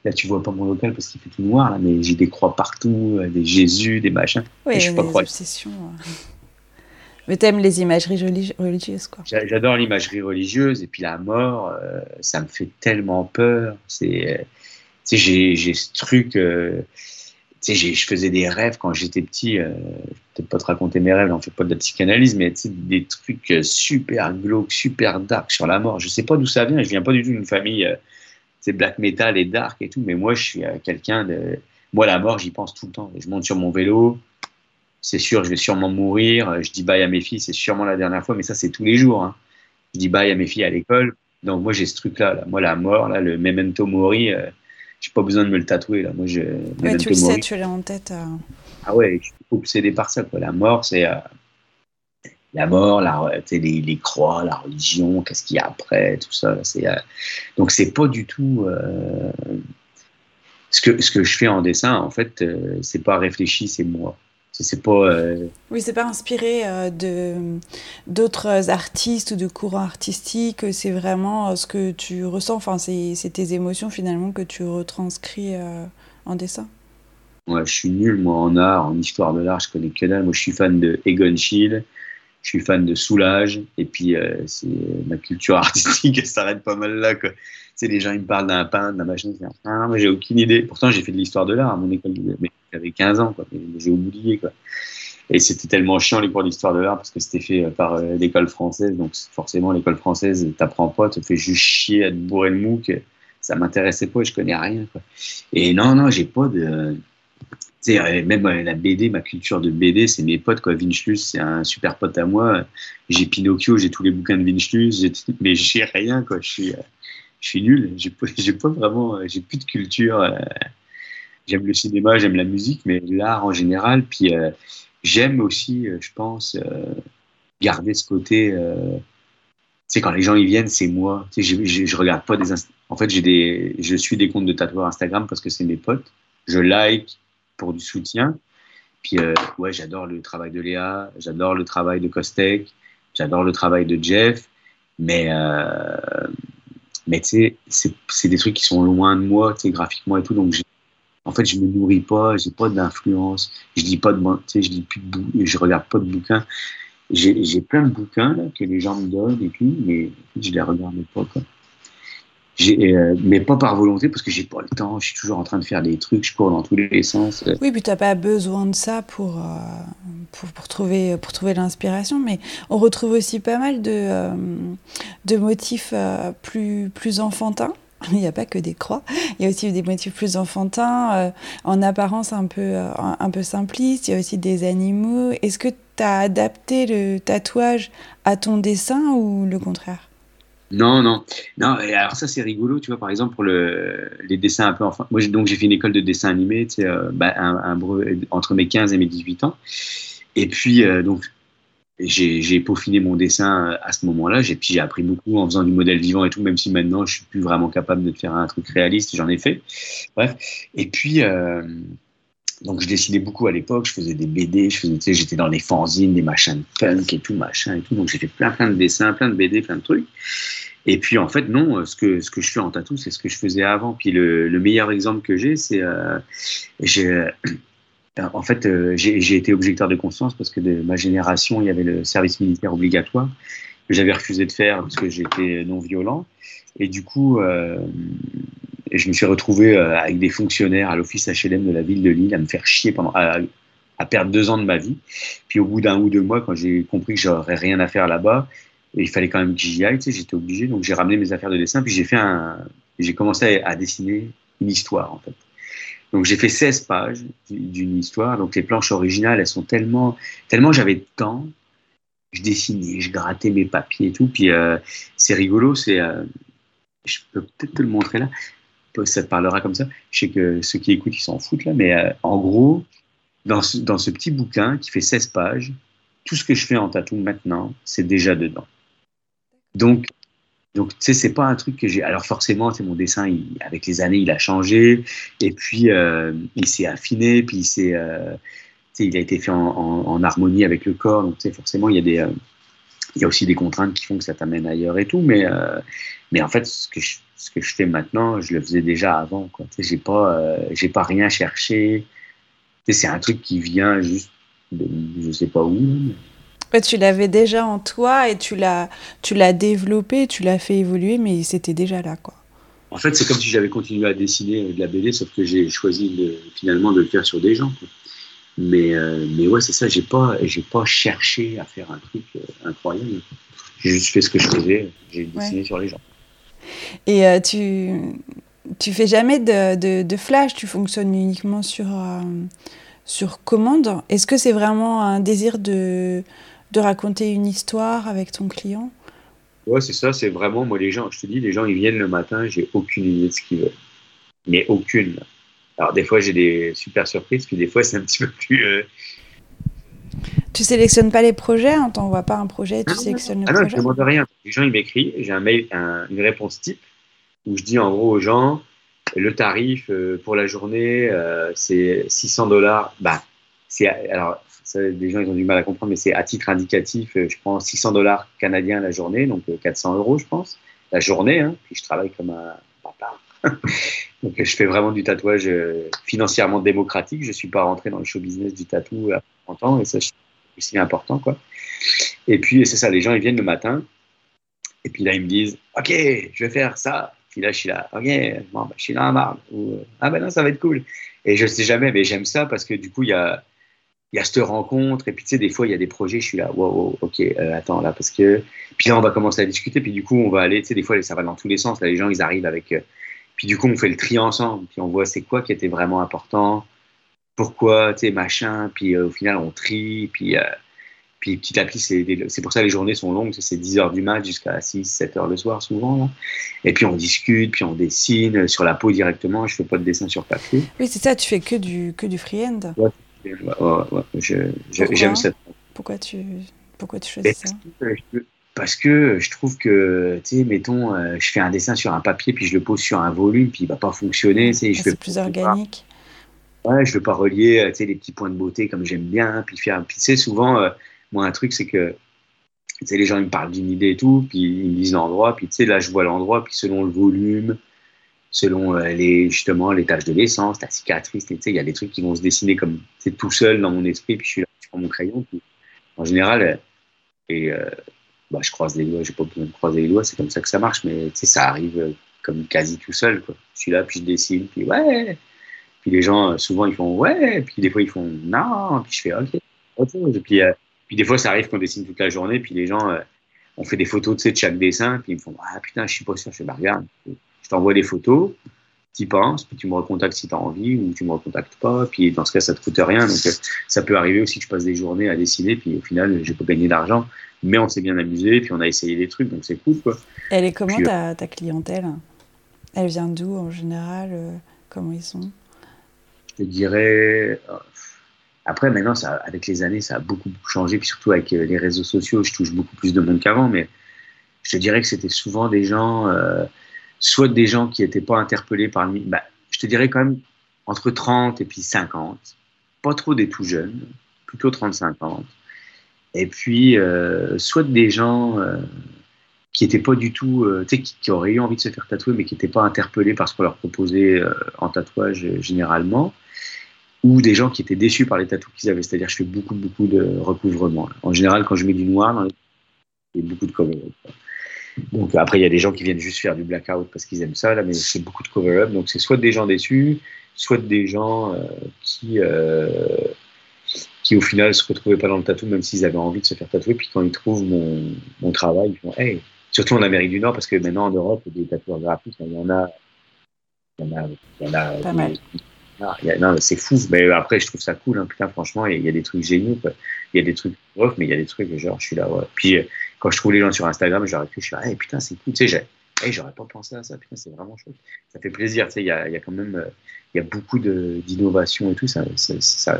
[SPEAKER 4] là, tu vois pas mon local parce qu'il fait tout noir, là, mais j'ai des croix partout, euh, des Jésus, des machins.
[SPEAKER 1] Oui,
[SPEAKER 4] Et je suis pas
[SPEAKER 1] des
[SPEAKER 4] croyant.
[SPEAKER 1] obsessions. euh. Mais t'aimes les imageries religi- religieuses, quoi.
[SPEAKER 4] J'a- J'adore l'imagerie religieuse et puis la mort, euh, ça me fait tellement peur. C'est, euh, tu sais, j'ai, j'ai ce truc. euh, Tu sais, j'ai- je faisais des rêves quand j'étais petit. Euh, je vais peut-être pas te raconter mes rêves, on fait pas de la psychanalyse, mais tu sais, des trucs euh, super glauques, super dark sur la mort. Je sais pas d'où ça vient. Je viens pas du tout d'une famille, euh, tu sais, black metal et dark et tout, mais moi, je suis euh, quelqu'un de. Moi, la mort, j'y pense tout le temps. Je monte sur mon vélo. C'est sûr, je vais sûrement mourir. Je dis bye à mes filles, c'est sûrement la dernière fois, mais ça, c'est tous les jours, hein. Je dis bye à mes filles à l'école. Donc, moi, j'ai ce truc-là. Là. Moi, la mort, là, le memento mori, euh, j'ai pas besoin de me le tatouer. Là. Moi, je,
[SPEAKER 1] Ouais, tu
[SPEAKER 4] memento
[SPEAKER 1] le sais,
[SPEAKER 4] mori.
[SPEAKER 1] tu l'as en tête. euh.
[SPEAKER 4] Ah ouais, je suis obsédé par ça. Quoi. La mort, c'est euh, la mort, la, tu sais, les, les croix, la religion, qu'est-ce qu'il y a après, tout ça. C'est, euh, donc, c'est pas du tout. Euh, ce, que, ce que je fais en dessin, en fait, euh, c'est pas réfléchi, c'est moi. C'est, c'est pas. Euh,
[SPEAKER 1] Oui, c'est pas inspiré euh, de d'autres artistes ou de courants artistiques. C'est vraiment euh, ce que tu ressens. Enfin, c'est c'est tes émotions finalement que tu retranscris euh, en dessin.
[SPEAKER 4] ouais, je suis nul, moi, en art, en histoire de l'art, je connais que dalle. Moi, je suis fan de Egon Schiele. Je suis fan de Soulage, et puis euh, c'est ma culture artistique, elle s'arrête pas mal là, quoi. Tu sais, les gens, ils me parlent d'un peintre, d'un machin, je dis, ah, moi, j'ai aucune idée. Pourtant, j'ai fait de l'histoire de l'art à mon école, mais j'avais quinze ans, quoi, mais j'ai oublié, quoi. Et c'était tellement chiant, les cours d'histoire de l'art, parce que c'était fait par euh, l'école française, donc forcément, l'école française, t'apprends pas, te fait juste chier à te bourrer le mou, que ça m'intéressait pas, et je connais rien, quoi. Et non, non, j'ai pas de... Tu sais, même euh, la B D, ma culture de B D, c'est mes potes, quoi. Vincelus, c'est un super pote à moi. J'ai Pinocchio, j'ai tous les bouquins de Vincelus, j'ai- mais j'ai rien, quoi. Je suis, euh, je suis nul. J'ai pas, j'ai pas vraiment, euh, j'ai plus de culture. euh. J'aime le cinéma, j'aime la musique, mais l'art en général. Puis euh, j'aime aussi, euh, je pense, euh, garder ce côté. euh, Tu sais, quand les gens ils viennent, c'est moi. Tu sais, je, je, je regarde pas des. Inst- En fait, j'ai des, je suis des comptes de tatoueurs Instagram parce que c'est mes potes. Je like pour du soutien. Puis, euh, ouais, j'adore le travail de Léa, j'adore le travail de Kostek, j'adore le travail de Jeff, mais, euh, mais tu sais, c'est, c'est des trucs qui sont loin de moi, tu sais, graphiquement et tout, donc j'ai- en fait, je me nourris pas, j'ai pas d'influence, je lis pas de, bon- tu sais, je lis plus de bou- je regarde pas de bouquins, j'ai, j'ai plein de bouquins là, que les gens me donnent et tout, mais en fait, je les regarde pas, quoi. J'ai, euh, mais pas par volonté, parce que j'ai pas le temps, je suis toujours en train de faire des trucs, je cours dans tous les sens. euh.
[SPEAKER 1] Oui, puis t'as pas besoin de ça pour, euh, pour, pour trouver, pour trouver l'inspiration, mais on retrouve aussi pas mal de, euh, de motifs euh, plus, plus enfantins. Il n'y a pas que des croix, il y a aussi des motifs plus enfantins, euh, en apparence un peu, euh, un peu simplistes, il y a aussi des animaux. Est-ce que tu as adapté le tatouage à ton dessin ou le contraire?
[SPEAKER 4] Non, non, non. Et alors ça, c'est rigolo, tu vois. Par exemple, pour le, les dessins un peu enfants. Moi, j'ai- donc j'ai fait une école de dessin animé, tu sais, euh, bah, un, un brevet entre mes quinze et mes dix-huit ans. Et puis, euh, donc, j'ai j'ai peaufiné mon dessin à ce moment-là. J'ai puis j'ai appris beaucoup en faisant du modèle vivant et tout, même si maintenant je suis plus vraiment capable de faire un truc réaliste. J'en ai fait. Bref. Et puis, euh, donc je dessinais beaucoup à l'époque. Je faisais des B D. Je faisais, tu sais, j'étais dans les fanzines, des machins de punk et tout, machin et tout. Donc j'ai fait plein, plein de dessins, plein de B D, plein de trucs. Et puis en fait, non, euh, ce que, ce que je fais en tatou, c'est ce que je faisais avant. Puis le, le meilleur exemple que j'ai, c'est. Euh, j'ai, euh, en fait, euh, j'ai j'ai été objecteur de conscience parce que de ma génération, il y avait le service militaire obligatoire que j'avais refusé de faire parce que j'étais non violent. Et du coup, euh, je me suis retrouvé euh, avec des fonctionnaires à l'office H L M de la ville de Lille à me faire chier pendant. À, à perdre deux ans de ma vie. Puis au bout d'un ou deux mois, quand j'ai compris que j'aurais rien à faire là-bas, et il fallait quand même que j'y aille, tu sais, j'étais obligé. Donc j'ai ramené mes affaires de dessin, puis j'ai fait un, j'ai commencé à, à dessiner une histoire en fait. Donc j'ai fait seize pages d'une histoire. Donc les planches originales, elles sont tellement, tellement j'avais de temps, je dessinais, je grattais mes papiers et tout. Puis euh, c'est rigolo, c'est, euh, je peux peut-être te le montrer là. Ça te parlera comme ça. Je sais que ceux qui écoutent, ils s'en foutent là, mais euh, en gros, dans ce, dans ce petit bouquin qui fait seize pages, tout ce que je fais en tatou maintenant, c'est déjà dedans. Donc, donc tu sais, c'est pas un truc que j'ai. Alors forcément, c'est mon dessin, il, avec les années, il a changé, et puis euh, il s'est affiné, puis il s'est, euh, tu sais, il a été fait en, en, en harmonie avec le corps. Donc, tu sais, forcément, il y a des, euh, il y a aussi des contraintes qui font que ça t'amène ailleurs et tout, mais, euh, mais en fait, ce que, je, ce que je fais maintenant, je le faisais déjà avant, quoi. Tu sais, j'ai pas, euh, j'ai pas rien cherché. Tu sais, c'est un truc qui vient juste de, je sais pas où. Mais...
[SPEAKER 1] Ouais, tu l'avais déjà en toi et tu l'as, tu l'as développé, tu l'as fait évoluer, mais c'était déjà là, quoi.
[SPEAKER 4] En fait, c'est comme si j'avais continué à dessiner de la B D, sauf que j'ai choisi de, finalement de le faire sur des gens, quoi. Mais, euh, mais ouais, c'est ça, j'ai pas, j'ai pas cherché à faire un truc euh, incroyable. J'ai juste fait ce que je faisais, j'ai dessiné ouais. sur les gens.
[SPEAKER 1] Et euh, tu, tu fais jamais de, de, de flash, tu fonctionnes uniquement sur, euh, sur commande. Est-ce que c'est vraiment un désir de, de raconter une histoire avec ton client ?
[SPEAKER 4] Ouais, c'est ça, c'est vraiment, moi, les gens, je te dis, les gens, ils viennent le matin, j'ai aucune idée de ce qu'ils veulent. Mais aucune. Alors, des fois, j'ai des super surprises, puis des fois, c'est un petit peu plus... Euh...
[SPEAKER 1] Tu sélectionnes pas les projets, on t'envoie pas un projet, tu non, sélectionnes le
[SPEAKER 4] ah
[SPEAKER 1] projet.
[SPEAKER 4] Non, je demande rien. Les gens, ils m'écrivent, j'ai un mail, un, une réponse type, où je dis en gros aux gens, le tarif euh, pour la journée, euh, c'est six cents dollars. Bah, c'est, alors, ça, les gens, ils ont du mal à comprendre, mais c'est à titre indicatif, euh, je prends six cents dollars canadiens la journée, donc euh, quatre cents euros, je pense, la journée, hein, puis je travaille comme un bâtard. Donc, je fais vraiment du tatouage euh, financièrement démocratique. Je ne suis pas rentré dans le show business du tatou à trente ans, et ça, c'est aussi important, quoi. Et puis, c'est ça, les gens, ils viennent le matin, et puis là, ils me disent, OK, je vais faire ça. Puis là, je suis là, OK, bon, bah, je suis là en marde. Ou, ah ben non, ça va être cool. Et je ne sais jamais, mais j'aime ça parce que du coup, il y a, il y a cette rencontre. Et puis, tu sais, des fois, il y a des projets, je suis là, wow, wow OK, euh, attends, là, parce que. Puis là, on va commencer à discuter. Puis du coup, on va aller, tu sais, des fois, ça va dans tous les sens. Là, les gens, ils arrivent avec. Euh, puis du coup, on fait le tri ensemble. Puis on voit c'est quoi qui était vraiment important, pourquoi, tu sais, machin. Puis euh, au final, on trie. Puis. Euh, Puis petit à petit, c'est, des, c'est pour ça que les journées sont longues, c'est dix heures du mat jusqu'à six, sept heures le soir souvent. Là. Et puis on discute, puis on dessine sur la peau directement. Je ne fais pas de dessin sur papier.
[SPEAKER 1] Oui, c'est ça, tu fais que du, que du free-hand.
[SPEAKER 4] Ouais, ouais, ouais, ouais. Je, je, j'aime ça.
[SPEAKER 1] Pourquoi tu, pourquoi tu choisis ça ?
[SPEAKER 4] Parce que je trouve que, tu sais, mettons, euh, je fais un dessin sur un papier, puis je le pose sur un volume, puis il ne va pas fonctionner.
[SPEAKER 1] Ah,
[SPEAKER 4] je
[SPEAKER 1] c'est fais plus organique.
[SPEAKER 4] Pas, ouais, je ne veux pas relier, tu sais, les petits points de beauté comme j'aime bien. Puis, faire, puis tu sais, souvent... Euh, moi, un truc, c'est que tu sais, les gens ils me parlent d'une idée et tout, puis ils me disent l'endroit, puis tu sais, là, je vois l'endroit, puis selon le volume, selon euh, les, justement les taches de l'essence, la cicatrice, tu sais, il y a des trucs qui vont se dessiner comme tout seul dans mon esprit, puis je suis là, je prends mon crayon, puis en général, euh, et, euh, bah, je croise les doigts, j'ai pas besoin de croiser les doigts, c'est comme ça que ça marche, mais tu sais, ça arrive euh, comme quasi tout seul, quoi. Je suis là, puis je dessine, puis ouais, puis les gens, euh, souvent, ils font ouais, puis des fois, ils font non, puis je fais ok, ok, et puis euh, Puis des fois, ça arrive qu'on dessine toute la journée, puis les gens, euh, on fait des photos, tu sais, de chaque dessin, puis ils me font « Ah putain, je suis pas sûr. » Je fais « Bah regarde, je t'envoie des photos, t'y penses, puis tu me recontactes si t'as envie, ou tu me recontactes pas, puis dans ce cas, ça te coûte rien. » Donc, euh, ça peut arriver aussi que je passe des journées à dessiner, puis au final, j'ai pas gagné d'argent, mais on s'est bien amusé, puis on a essayé des trucs, donc c'est cool, quoi.
[SPEAKER 1] Elle est comment
[SPEAKER 4] puis,
[SPEAKER 1] ta, ta clientèle ? Elle vient d'où, en général ? euh, Comment ils sont ?
[SPEAKER 4] Je te dirais... Euh, Après, maintenant, ça, avec les années, ça a beaucoup, beaucoup changé. Puis surtout avec les réseaux sociaux, je touche beaucoup plus de monde qu'avant. Mais je te dirais que c'était souvent des gens, euh, soit des gens qui n'étaient pas interpellés par le... Bah, je te dirais quand même entre trente et puis cinquante. Pas trop des tout jeunes, plutôt trente cinquante. Et puis, euh, soit des gens euh, qui n'étaient pas du tout... Euh, tu sais, qui, qui auraient eu envie de se faire tatouer, mais qui n'étaient pas interpellés par ce qu'on leur proposait euh, en tatouage euh, généralement. Ou des gens qui étaient déçus par les tatous qu'ils avaient. C'est-à-dire, je fais beaucoup, beaucoup de recouvrement. En général, quand je mets du noir, dans les... il y a beaucoup de cover-up. Donc, après, il y a des gens qui viennent juste faire du blackout parce qu'ils aiment ça, là, mais c'est beaucoup de cover-up. Donc, c'est soit des gens déçus, soit des gens euh, qui, euh, qui, au final, ne se retrouvaient pas dans le tatou, même s'ils avaient envie de se faire tatouer. Puis, quand ils trouvent mon, mon travail, ils font « Hey !» Surtout en Amérique du Nord, parce que maintenant, en Europe, des tatoueurs graphiques, il y en a... Il y en a... Il y en a
[SPEAKER 1] pas mal.
[SPEAKER 4] Ah, y a, non, c'est fou, mais après je trouve ça cool, hein. Putain, franchement, il y, y a des trucs géniaux, quoi. Il y a des trucs rough, mais il y a des trucs, genre, je suis là, ouais. Puis euh, quand je trouve les gens sur Instagram, je leur écris, je suis là, hey, putain, c'est cool, tu sais, j'ai, hey, j'aurais pas pensé à ça, putain, c'est vraiment chouette. Ça fait plaisir, tu sais, il y a, y a quand même, il euh, y a beaucoup de, d'innovation et tout, ça, ça, ça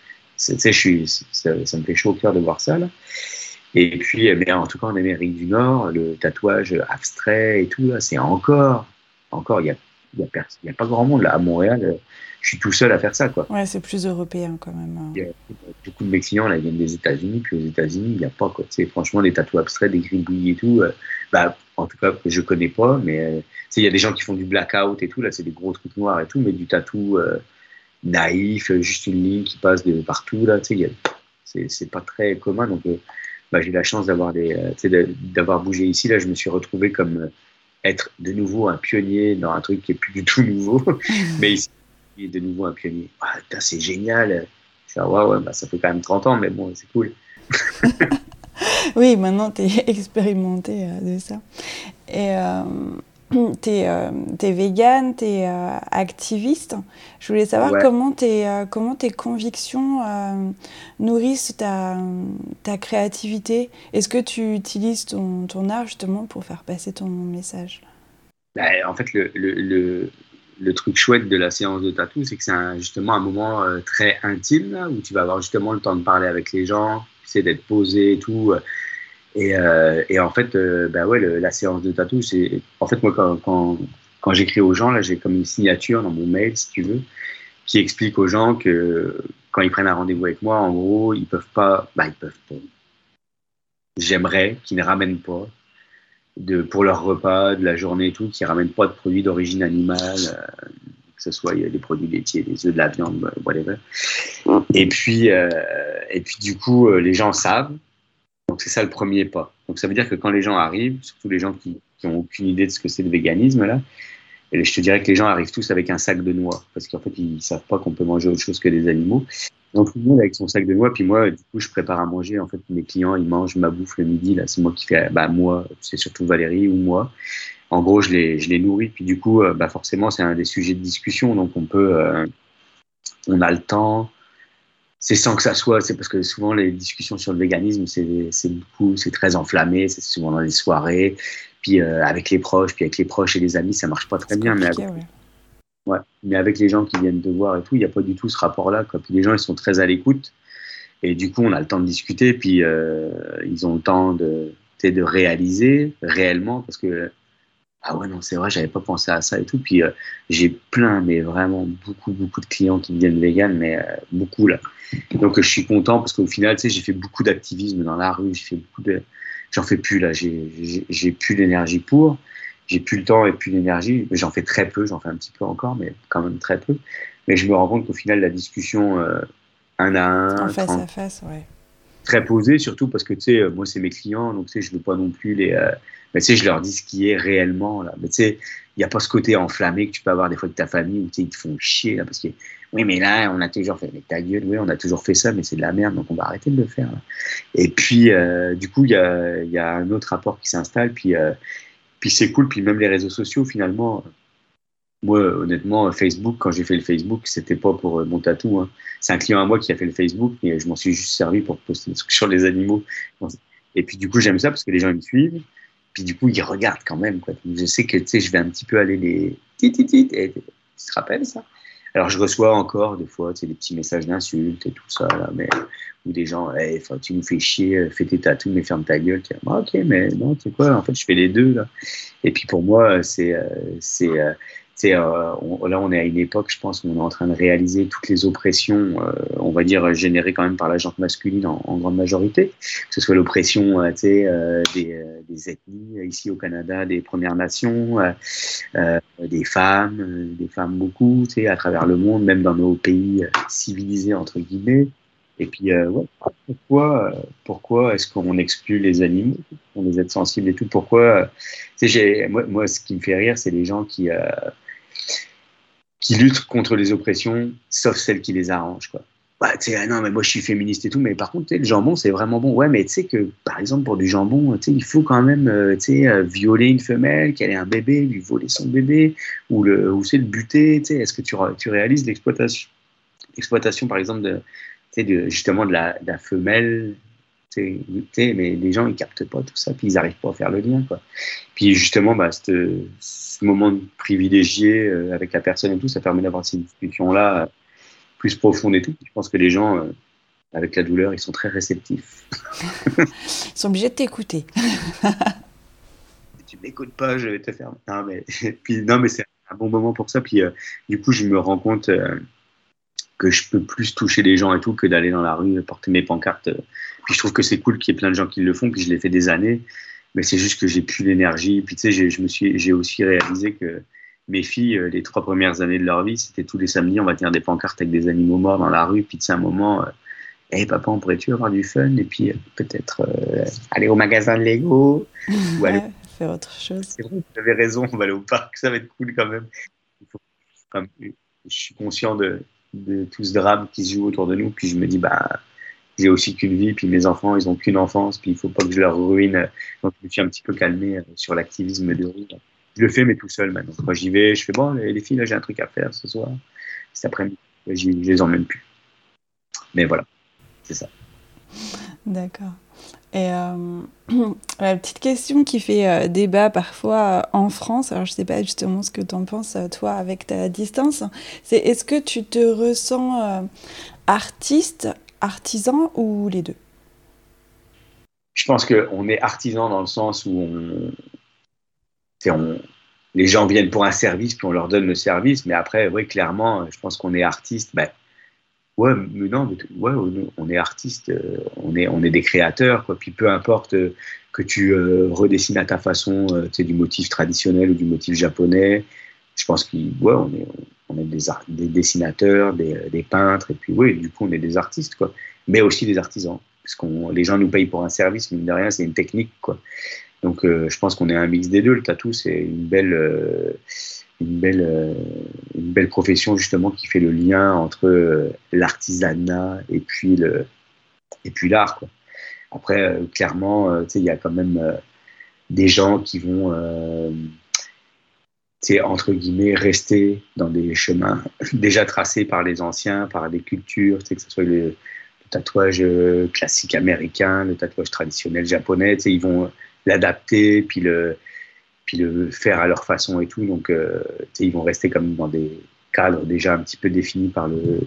[SPEAKER 4] tu sais, je suis, ça, ça me fait chaud au cœur de voir ça, là. Et puis, mais en tout cas, en Amérique du Nord, le tatouage abstrait et tout, là, c'est encore, encore, il y a Il n'y a, pers- il y a pas grand monde là. À Montréal, euh, je suis tout seul à faire ça, quoi.
[SPEAKER 1] Ouais, c'est plus européen quand même.
[SPEAKER 4] Il y a- beaucoup de mes clients là, ils viennent des États-Unis, puis aux États-Unis, il n'y a pas, quoi. Tu sais, franchement, les tatous abstraits, des gribouillis et tout, euh, bah, en tout cas, je connais pas, mais euh, tu sais, il y a des gens qui font du blackout et tout, là, c'est des gros trucs noirs et tout, mais du tatou euh, naïf, euh, juste une ligne qui passe de partout, là, tu sais, il y a- c'est, c'est pas très commun, donc euh, bah, j'ai eu la chance d'avoir, des, euh, tu sais, de- d'avoir bougé ici, là, je me suis retrouvé comme euh, être de nouveau un pionnier dans un truc qui est plus du tout nouveau, mais ici, il est de nouveau un pionnier. Ah, putain, c'est génial! Je dis, ouais, ouais, bah, ça fait quand même trente ans, mais bon, c'est cool.
[SPEAKER 1] Oui, maintenant tu es expérimenté euh, de ça. Et euh, tu es euh, végane, tu es euh, activiste. Je voulais savoir
[SPEAKER 4] Ouais.
[SPEAKER 1] comment, tes, euh, comment tes convictions euh, nourrissent ta, ta créativité. Est-ce que tu utilises ton, ton art justement pour faire passer ton message?
[SPEAKER 4] Bah, en fait, le, le, le, le truc chouette de la séance de tatou, c'est que c'est un- justement un moment euh, très intime, là, où tu vas avoir justement le temps de parler avec les gens, tu sais, d'être posé et tout. euh, Et, euh, et en fait, euh, bah ouais, le- la séance de tatou, c'est. En fait, moi, quand, quand, quand j'écris aux gens, là, j'ai comme une signature dans mon mail, si tu veux, qui explique aux gens que quand ils prennent un rendez-vous avec moi, en gros, ils peuvent pas. Bah, ils peuvent pas. J'aimerais qu'ils ne ramènent pas. De, pour leur repas, de la journée et tout, qu'ils ne ramènent pas de produits d'origine animale, euh, que ce soit euh, des produits laitiers, des œufs, de la viande, whatever. Et puis, euh, et puis du coup, euh, les gens savent. Donc, c'est ça le premier pas. Donc, ça veut dire que quand les gens arrivent, surtout les gens qui n'ont aucune idée de ce que c'est le véganisme, là, et je te dirais que les gens arrivent tous avec un sac de noix, parce qu'en fait, ils ne savent pas qu'on peut manger autre chose que des animaux. Donc, tout le monde avec son sac de noix, puis moi, du coup, je prépare à manger. En fait, mes clients, ils mangent ma bouffe le midi, là, c'est moi qui fais, bah, moi, c'est surtout Valérie ou moi. En gros, je les, je les nourris, puis du coup, euh, bah, forcément, c'est un des sujets de discussion, donc on peut, euh, on a le temps. C'est sans que ça soit, c'est parce que souvent les discussions sur le véganisme, c'est, c'est beaucoup, c'est très enflammé, c'est souvent dans les soirées, puis euh, avec les proches, puis avec les proches et les amis, ça marche pas très
[SPEAKER 1] C'est
[SPEAKER 4] bien, mais avec,
[SPEAKER 1] compliqué, ouais.
[SPEAKER 4] ouais, mais avec les gens qui viennent te voir et tout, il n'y a pas du tout ce rapport-là, quoi. Puis les gens, ils sont très à l'écoute, et du coup, on a le temps de discuter, puis euh, ils ont le temps de, tu sais, de réaliser réellement, parce que ah ouais, non, c'est vrai, j'avais pas pensé à ça et tout. Puis euh, j'ai plein, mais vraiment beaucoup, beaucoup de clients qui deviennent véganes, mais euh, beaucoup là. Donc je suis content parce qu'au final, tu sais, j'ai fait beaucoup d'activisme dans la rue, j'ai fait beaucoup de. J'en fais plus là, j'ai, j'ai, j'ai plus l'énergie pour, j'ai plus le temps et plus l'énergie. J'en fais très peu, j'en fais un petit peu encore, mais quand même très peu. Mais je me rends compte qu'au final, la discussion euh, un à un,
[SPEAKER 1] En face
[SPEAKER 4] trente,
[SPEAKER 1] à face, ouais.
[SPEAKER 4] très posé, surtout parce que tu sais, euh, moi c'est mes clients, donc tu sais, je veux pas non plus les. Euh, mais tu sais, je leur dis ce qui est réellement là. Mais tu sais, il y a pas ce côté enflammé que tu peux avoir des fois de ta famille où tu sais, ils te font chier là parce que oui, mais là, on a toujours fait. Mais ta gueule, oui, on a toujours fait ça, mais c'est de la merde, donc on va arrêter de le faire. Là. Et puis, euh, du coup, il y a, il y a un autre rapport qui s'installe, puis, euh, puis c'est cool, puis même les réseaux sociaux finalement. Moi, honnêtement, Facebook, quand j'ai fait le Facebook, c'était pas pour euh, mon tatou. Hein. C'est un client à moi qui a fait le Facebook, mais je m'en suis juste servi pour poster des trucs sur les animaux. Et puis, du coup, j'aime ça parce que les gens ils me suivent. Puis, du coup, ils regardent quand même. Quoi. Donc, je sais que tu sais, je vais un petit peu aller les. Tit, tit, tit, et tu te rappelles ça? Alors, je reçois encore des fois tu sais, des petits messages d'insultes et tout ça, là, mais ou des gens, hey, tu nous fais chier, fais tes tatous, mais ferme ta gueule. Ah, ok, mais non, tu sais quoi, en fait, je fais les deux. Là. Et puis, pour moi, c'est. Euh, c'est euh, C'est, euh, on, là, on est à une époque, je pense, où on est en train de réaliser toutes les oppressions, euh, on va dire, générées quand même par la gente masculine en, en grande majorité, que ce soit l'oppression euh, euh, des, euh, des ethnies, ici au Canada, des Premières Nations, euh, euh, des femmes, euh, des femmes beaucoup, à travers le monde, même dans nos pays euh, civilisés, entre guillemets. Et puis, euh, ouais, pourquoi, euh, pourquoi est-ce qu'on exclut les animaux, on les aide sensibles et tout? Pourquoi euh, j'ai, moi, moi, ce qui me fait rire, c'est les gens qui... Euh, qui luttent contre les oppressions, sauf celles qui les arrangent, quoi. Bah, tu sais, ah non, mais moi je suis féministe et tout, mais par contre, tu sais, le jambon c'est vraiment bon. Ouais, mais tu sais que, par exemple, pour du jambon, tu sais, il faut quand même, euh, tu sais, euh, violer une femelle, qu'elle ait un bébé, lui voler son bébé, ou le, ou c'est le buter, tu sais. Est-ce que tu, tu réalises l'exploitation, l'exploitation, par exemple, de, tu sais, de, justement de la, de la femelle, tu sais, mais les gens ils captent pas tout ça, puis ils n'arrivent pas à faire le lien, quoi. Puis justement, bah, cette, ce moment privilégié euh, avec la personne et tout, ça permet d'avoir ces discussions-là euh, plus profondes et tout. Je pense que les gens, euh, avec la douleur, ils sont très réceptifs.
[SPEAKER 1] Ils sont obligés de t'écouter.
[SPEAKER 4] Si tu m'écoutes pas, je vais te faire. Non, mais, puis, non, mais c'est, un bon moment pour ça. Puis euh, du coup, je me rends compte euh, que je peux plus toucher les gens et tout que d'aller dans la rue porter mes pancartes. Puis je trouve que c'est cool qu'il y ait plein de gens qui le font. Puis je l'ai fait des années, mais c'est juste que j'ai plus l'énergie. Puis tu sais, j'ai, je me suis, j'ai aussi réalisé que mes filles, euh, les trois premières années de leur vie, c'était tous les samedis, on va tenir des pancartes avec des animaux morts dans la rue. Puis c'est un moment, euh, hey, papa, on pourrait-tu avoir du fun? Et puis euh, peut-être euh, aller au magasin de Lego ou aller
[SPEAKER 1] Ouais, faire autre chose.
[SPEAKER 4] C'est vrai, vous avez raison, on va aller au parc, ça va être cool quand même. Il faut, comme, je suis conscient de, de tout ce drame qui se joue autour de nous, puis je me dis, bah, j'ai aussi qu'une vie, puis mes enfants, ils n'ont qu'une enfance, puis il ne faut pas que je leur ruine. Donc je me suis un petit peu calmé sur l'activisme de rue. Je le fais, mais tout seul maintenant. Quand j'y vais, je fais, bon, les, les filles, là, j'ai un truc à faire ce soir, cet après-midi, je ne les emmène plus. Mais voilà, c'est ça.
[SPEAKER 1] D'accord. Et euh, la petite question qui fait euh, débat parfois euh, en France, alors je ne sais pas justement ce que tu en penses, euh, toi, avec ta distance, c'est est-ce que tu te ressens euh, artiste, artisan ou les deux?
[SPEAKER 4] Je pense qu'on est artisan dans le sens où on, on, les gens viennent pour un service, puis on leur donne le service, mais après, oui, clairement, je pense qu'on est artiste. Ben, ouais, mais non, mais, ouais, on est artiste, euh, on, est, on est des créateurs, quoi. Puis peu importe euh, que tu euh, redessines à ta façon euh, du motif traditionnel ou du motif japonais, je pense qu'on ouais, on est, on est des, art, des dessinateurs, des, des peintres, et puis oui, du coup, on est des artistes, quoi. Mais aussi des artisans, parce que les gens nous payent pour un service, mine de rien, c'est une technique, quoi. Donc, euh, je pense qu'on est un mix des deux. Le tatou, c'est une belle... Euh, Une belle, euh, une belle profession justement qui fait le lien entre euh, l'artisanat et puis, le, et puis l'art, quoi. Après, euh, clairement, euh, il y a quand même euh, des gens qui vont, euh, entre guillemets, rester dans des chemins déjà tracés par les anciens, par des cultures, que ce soit le, le tatouage classique américain, le tatouage traditionnel japonais, ils vont l'adapter, puis le... puis le faire à leur façon et tout. Donc, euh, ils vont rester comme dans des cadres déjà un petit peu définis par le,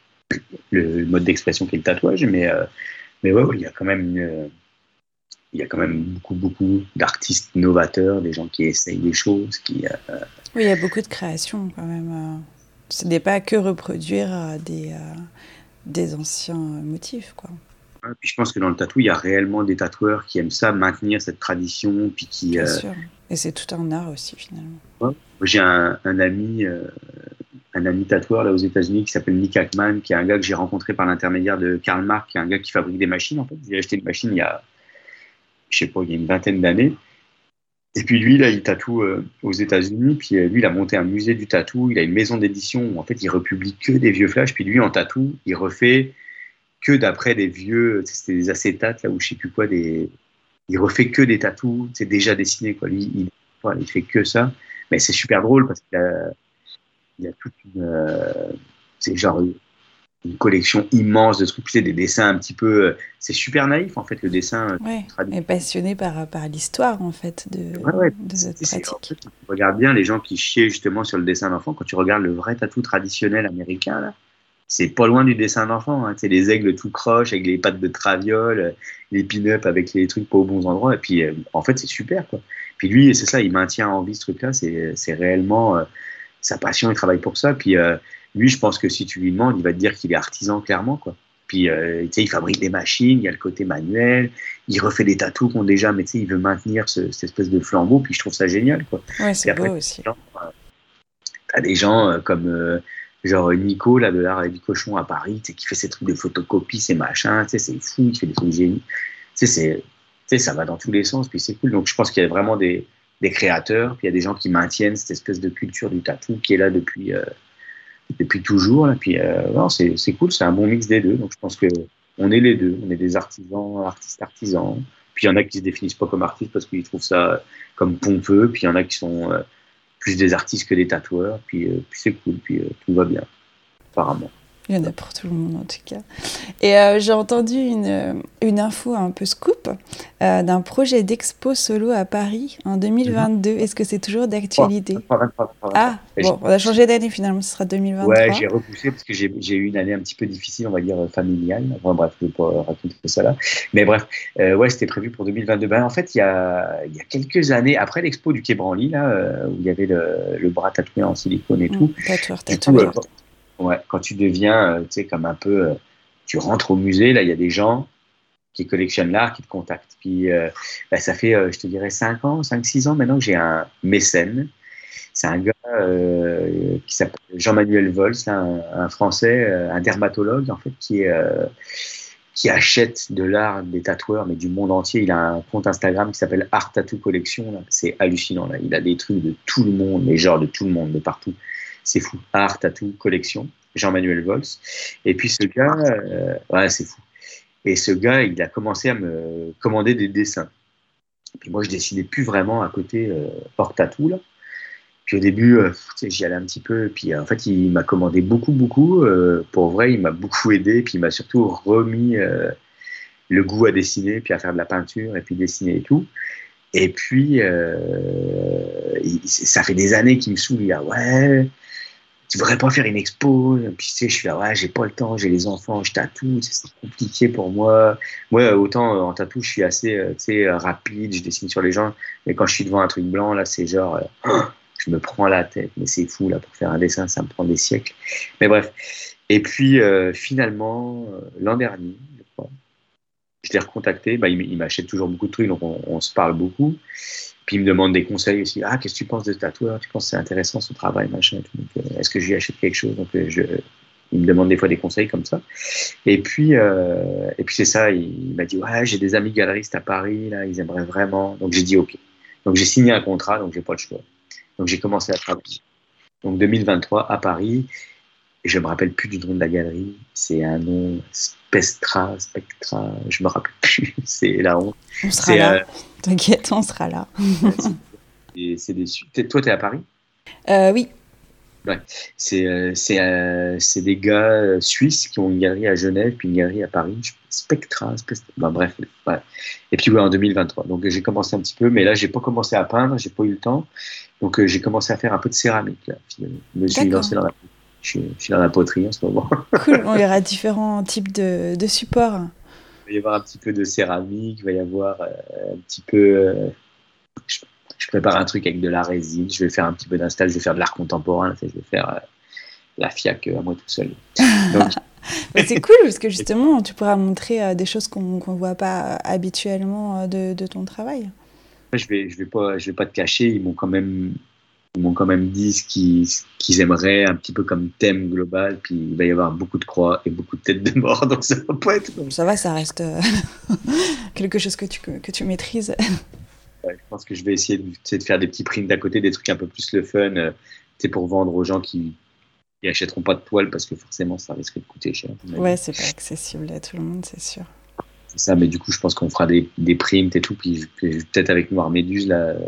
[SPEAKER 4] le mode d'expression qu'est le tatouage. Mais, euh, mais ouais, ouais, il y a quand même une, il y a quand même beaucoup, beaucoup d'artistes novateurs, des gens qui essayent des choses. Qui, euh,
[SPEAKER 1] oui, il y a beaucoup de créations quand même. Ce n'est pas que reproduire des, euh, des anciens motifs, quoi.
[SPEAKER 4] Puis je pense que dans le tatou, il y a réellement des tatoueurs qui aiment ça, maintenir cette tradition. Puis qui,
[SPEAKER 1] Bien
[SPEAKER 4] euh...
[SPEAKER 1] sûr. Et c'est tout un art aussi, finalement.
[SPEAKER 4] Ouais. J'ai un, un ami, euh, un ami tatoueur là aux États-Unis qui s'appelle Nick Hackman, qui est un gars que j'ai rencontré par l'intermédiaire de Karl Marx, qui est un gars qui fabrique des machines. En fait, j'ai acheté une machine il y a, je sais pas, il y a une vingtaine d'années. Et puis lui, là, il tatoue euh, aux États-Unis. Puis euh, lui, il a monté un musée du tatou. Il a une maison d'édition où en fait, il republie que des vieux flashs. Puis lui, en tatou, il refait que d'après des vieux, c'était des acétates là ou je sais plus quoi, des, il refait que des tatous, c'est déjà dessiné, quoi. Lui, il, voilà, il fait que ça, mais c'est super drôle parce qu'il a, il a toute une, euh, c'est genre une collection immense de trucs, c'est des dessins un petit peu, euh, c'est super naïf en fait le dessin.
[SPEAKER 1] Ouais, et passionné par par l'histoire en fait de,
[SPEAKER 4] ouais, ouais,
[SPEAKER 1] de cette
[SPEAKER 4] c'est,
[SPEAKER 1] pratique.
[SPEAKER 4] En fait, tu regardes bien les gens qui chiaient justement sur le dessin d'enfant, quand tu regardes le vrai tatou traditionnel américain là. C'est pas loin du dessin d'enfant, hein. C'est les aigles tout croches avec les pattes de traviole, les pin-up avec les trucs pas aux bons endroits. Et puis, euh, en fait, c'est super, quoi. Puis lui, c'est ça, il maintient en vie ce truc-là. C'est, c'est réellement euh, sa passion, il travaille pour ça. Puis euh, lui, je pense que si tu lui demandes, il va te dire qu'il est artisan, clairement, quoi. Puis, euh, tu sais, il fabrique des machines, il y a le côté manuel, il refait des tatous qu'on déjà, mais tu sais, il veut maintenir ce, cette espèce de flambeau. Puis je trouve ça génial, quoi.
[SPEAKER 1] Ouais, c'est
[SPEAKER 4] après,
[SPEAKER 1] beau aussi.
[SPEAKER 4] Tu as des gens euh, comme... Euh, genre Nico là de l'art et du cochon à Paris, qui fait ses trucs de photocopie, ses machins, c'est fou, il fait des trucs génies, c'est, ça va dans tous les sens, puis c'est cool. Donc je pense qu'il y a vraiment des, des créateurs, puis il y a des gens qui maintiennent cette espèce de culture du tatou qui est là depuis, euh, depuis toujours, là. Puis euh, non, c'est, c'est cool, c'est un bon mix des deux. Donc je pense que on est les deux, on est des artisans, artistes artisans. Puis il y en a qui se définissent pas comme artistes parce qu'ils trouvent ça comme pompeux, puis il y en a qui sont euh, plus des artistes que des tatoueurs, puis, euh, puis c'est cool, puis euh, tout va bien, apparemment.
[SPEAKER 1] Il y en a pour tout le monde en tout cas. Et euh, j'ai entendu une, une info un peu scoop euh, d'un projet d'expo solo à Paris en deux mille vingt-deux. Est-ce que c'est toujours d'actualité ? Ah, bon, on a changé d'année finalement, ce sera deux mille vingt-trois.
[SPEAKER 4] Ouais, j'ai repoussé parce que j'ai, j'ai eu une année un petit peu difficile, on va dire familiale. Enfin bref, je ne vais pas raconter ça là. Mais bref, euh, ouais, c'était prévu pour deux mille vingt-deux. Ben, en fait, il y a, il y a quelques années, après l'expo du Quai Branly, là, euh, où il y avait le, le bras tatoué en silicone et tout.
[SPEAKER 1] Mmh, tatoueur,
[SPEAKER 4] tatoueur. Ouais, quand tu deviens, euh, tu sais, comme un peu, euh, tu rentres au musée, là, il y a des gens qui collectionnent l'art, qui te contactent. Puis, euh, bah, ça fait, euh, je te dirais, cinq ans, cinq six ans maintenant que j'ai un mécène. C'est un gars euh, qui s'appelle Jean-Manuel Vols, un, un Français, euh, un dermatologue, en fait, qui, euh, qui achète de l'art des tatoueurs, mais du monde entier. Il a un compte Instagram qui s'appelle Art Tattoo Collection. Là. C'est hallucinant. Là. Il a des trucs de tout le monde, mais genre de tout le monde, de partout. C'est fou. Art Tattoo Collection, Jean-Manuel Vols. Et puis ce gars, euh, ouais, c'est fou. Et ce gars, il a commencé à me commander des dessins. Puis moi, je dessinais plus vraiment à côté euh, hors tatou, là. Puis au début, euh, j'y allais un petit peu. Puis en fait, il m'a commandé beaucoup, beaucoup. Euh, pour vrai, il m'a beaucoup aidé. Puis il m'a surtout remis euh, le goût à dessiner, puis à faire de la peinture, et puis dessiner et tout. Et puis, euh, il, ça fait des années qu'il me saoule. Il a, ouais, tu voudrais pas faire une expo? Et puis tu sais, je suis là, ouais, j'ai pas le temps, j'ai les enfants, je tatoue, c'est compliqué pour moi. Moi, autant en tatou, je suis assez, tu sais, rapide, je dessine sur les gens. Mais quand je suis devant un truc blanc, là, c'est genre, euh, je me prends la tête. Mais c'est fou, là, pour faire un dessin, ça me prend des siècles. Mais bref. Et puis, euh, finalement, euh, l'an dernier, je crois, je l'ai recontacté. Bah, il, il m'achète toujours beaucoup de trucs, donc on, on se parle beaucoup. Puis il me demande des conseils aussi. Ah, qu'est-ce que tu penses de ce tatoueur? Tu penses que c'est intéressant son travail, machin et tout. Donc, euh, est-ce que je lui achète quelque chose? Donc, euh, je, il me demande des fois des conseils comme ça. Et puis, euh, et puis c'est ça. Il, il m'a dit, ouais, j'ai des amis galeristes à Paris, là, ils aimeraient vraiment. Donc j'ai dit, ok. Donc j'ai signé un contrat, donc j'ai pas le choix. Donc j'ai commencé à travailler. Donc deux mille vingt-trois à Paris. Et je me rappelle plus du nom de la galerie. C'est un nom Spectra, Spectra. Je me rappelle plus. C'est la honte.
[SPEAKER 1] On sera
[SPEAKER 4] c'est,
[SPEAKER 1] là.
[SPEAKER 4] Euh,
[SPEAKER 1] T'inquiète, on sera là.
[SPEAKER 4] Et c'est des, toi, t'es à Paris?
[SPEAKER 1] euh, Oui.
[SPEAKER 4] Ouais. C'est, euh, c'est, euh, c'est des gars suisses qui ont une galerie à Genève, puis une galerie à Paris. Spectra, Spectra. Ben, bref. Ouais. Et puis, ouais, en deux mille vingt-trois. Donc, j'ai commencé un petit peu, mais là, j'ai pas commencé à peindre, j'ai pas eu le temps. Donc, euh, j'ai commencé à faire un peu de céramique, là. Je me suis lancé dans la, je suis, je suis dans la poterie en ce moment.
[SPEAKER 1] Cool. Bon, il y aura différents types de, de supports.
[SPEAKER 4] Il va y avoir un petit peu de céramique, il va y avoir euh, un petit peu. Euh, je, je prépare un truc avec de la résine, je vais faire un petit peu d'install, je vais faire de l'art contemporain, je vais faire euh, la fiac à moi tout seul. Donc,
[SPEAKER 1] bah, c'est cool parce que justement, tu pourras montrer euh, des choses qu'on ne voit pas habituellement euh, de, de ton travail.
[SPEAKER 4] Je vais, je vais pas, je vais pas te cacher, ils m'ont quand même. Ils m'ont quand même dit ce qu'ils, ce qu'ils aimeraient, un petit peu comme thème global, puis il va y avoir beaucoup de croix et beaucoup de têtes de mort, donc ça va pas être...
[SPEAKER 1] Ça va, ça reste euh, quelque chose que tu, que tu maîtrises.
[SPEAKER 4] Ouais, je pense que je vais essayer de, de faire des petits prints d'à côté, des trucs un peu plus le fun, euh, pour vendre aux gens qui n'achèteront pas de toile, parce que forcément, ça risque de coûter cher.
[SPEAKER 1] Ouais, c'est pas accessible à tout le monde, c'est sûr.
[SPEAKER 4] C'est ça, mais du coup, je pense qu'on fera des, des prints et tout, puis peut-être avec Noir Méduse, là... Euh,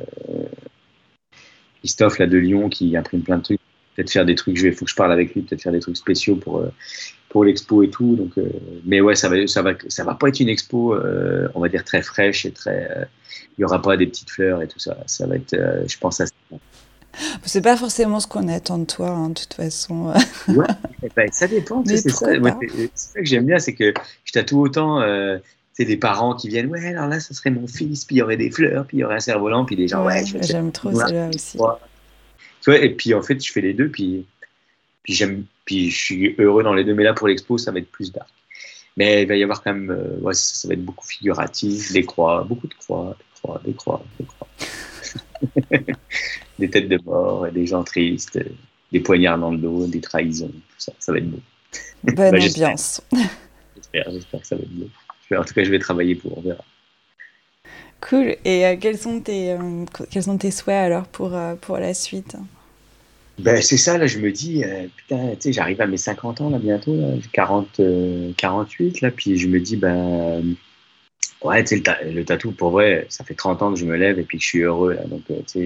[SPEAKER 4] Christophe là, de Lyon qui imprime plein de trucs, peut-être faire des trucs, il faut que je parle avec lui, peut-être faire des trucs spéciaux pour, euh, pour l'expo et tout. Donc, euh, mais ouais, ça va, ça, va, ça va pas être une expo, euh, on va dire, très fraîche et très. Il euh, n'y aura pas des petites fleurs et tout ça. Ça va être, euh, je pense, assez.
[SPEAKER 1] C'est pas forcément ce qu'on attend de toi, hein, de toute façon.
[SPEAKER 4] Ouais, ben, ça dépend. C'est ça, moi, c'est, c'est ça que j'aime bien, c'est que je tatoue autant. Euh, c'est des parents qui viennent, ouais, alors là, ça serait mon fils, puis il y aurait des fleurs, puis il y aurait un cerf-volant, puis des gens, ouais,
[SPEAKER 1] ouais je j'aime trop
[SPEAKER 4] voilà.
[SPEAKER 1] Celui-là aussi.
[SPEAKER 4] Tu vois, et puis en fait, je fais les deux, puis, puis, j'aime, puis je suis heureux dans les deux, mais là, pour l'expo, ça va être plus dark. Mais il va y avoir quand même, euh, ouais, ça, ça va être beaucoup figuratif, des croix, beaucoup de croix, des croix, des croix, des croix. Des têtes de mort, des gens tristes, des poignards dans le dos, des trahisons, tout ça, ça va être beau.
[SPEAKER 1] Bonne
[SPEAKER 4] bah,
[SPEAKER 1] ambiance.
[SPEAKER 4] J'espère, j'espère que ça va être beau. En tout cas, je vais travailler pour, on verra.
[SPEAKER 1] Cool. Et euh, quels sont tes euh, quels sont tes souhaits alors pour euh, pour la suite?
[SPEAKER 4] Ben c'est ça là, je me dis euh, putain, tu sais, j'arrive à mes cinquante ans là bientôt, là, quarante, euh, quarante-huit là, puis je me dis ben ouais, tu sais le, ta- le tatou pour vrai, ça fait trente ans que je me lève et puis que je suis heureux là, donc euh, tu sais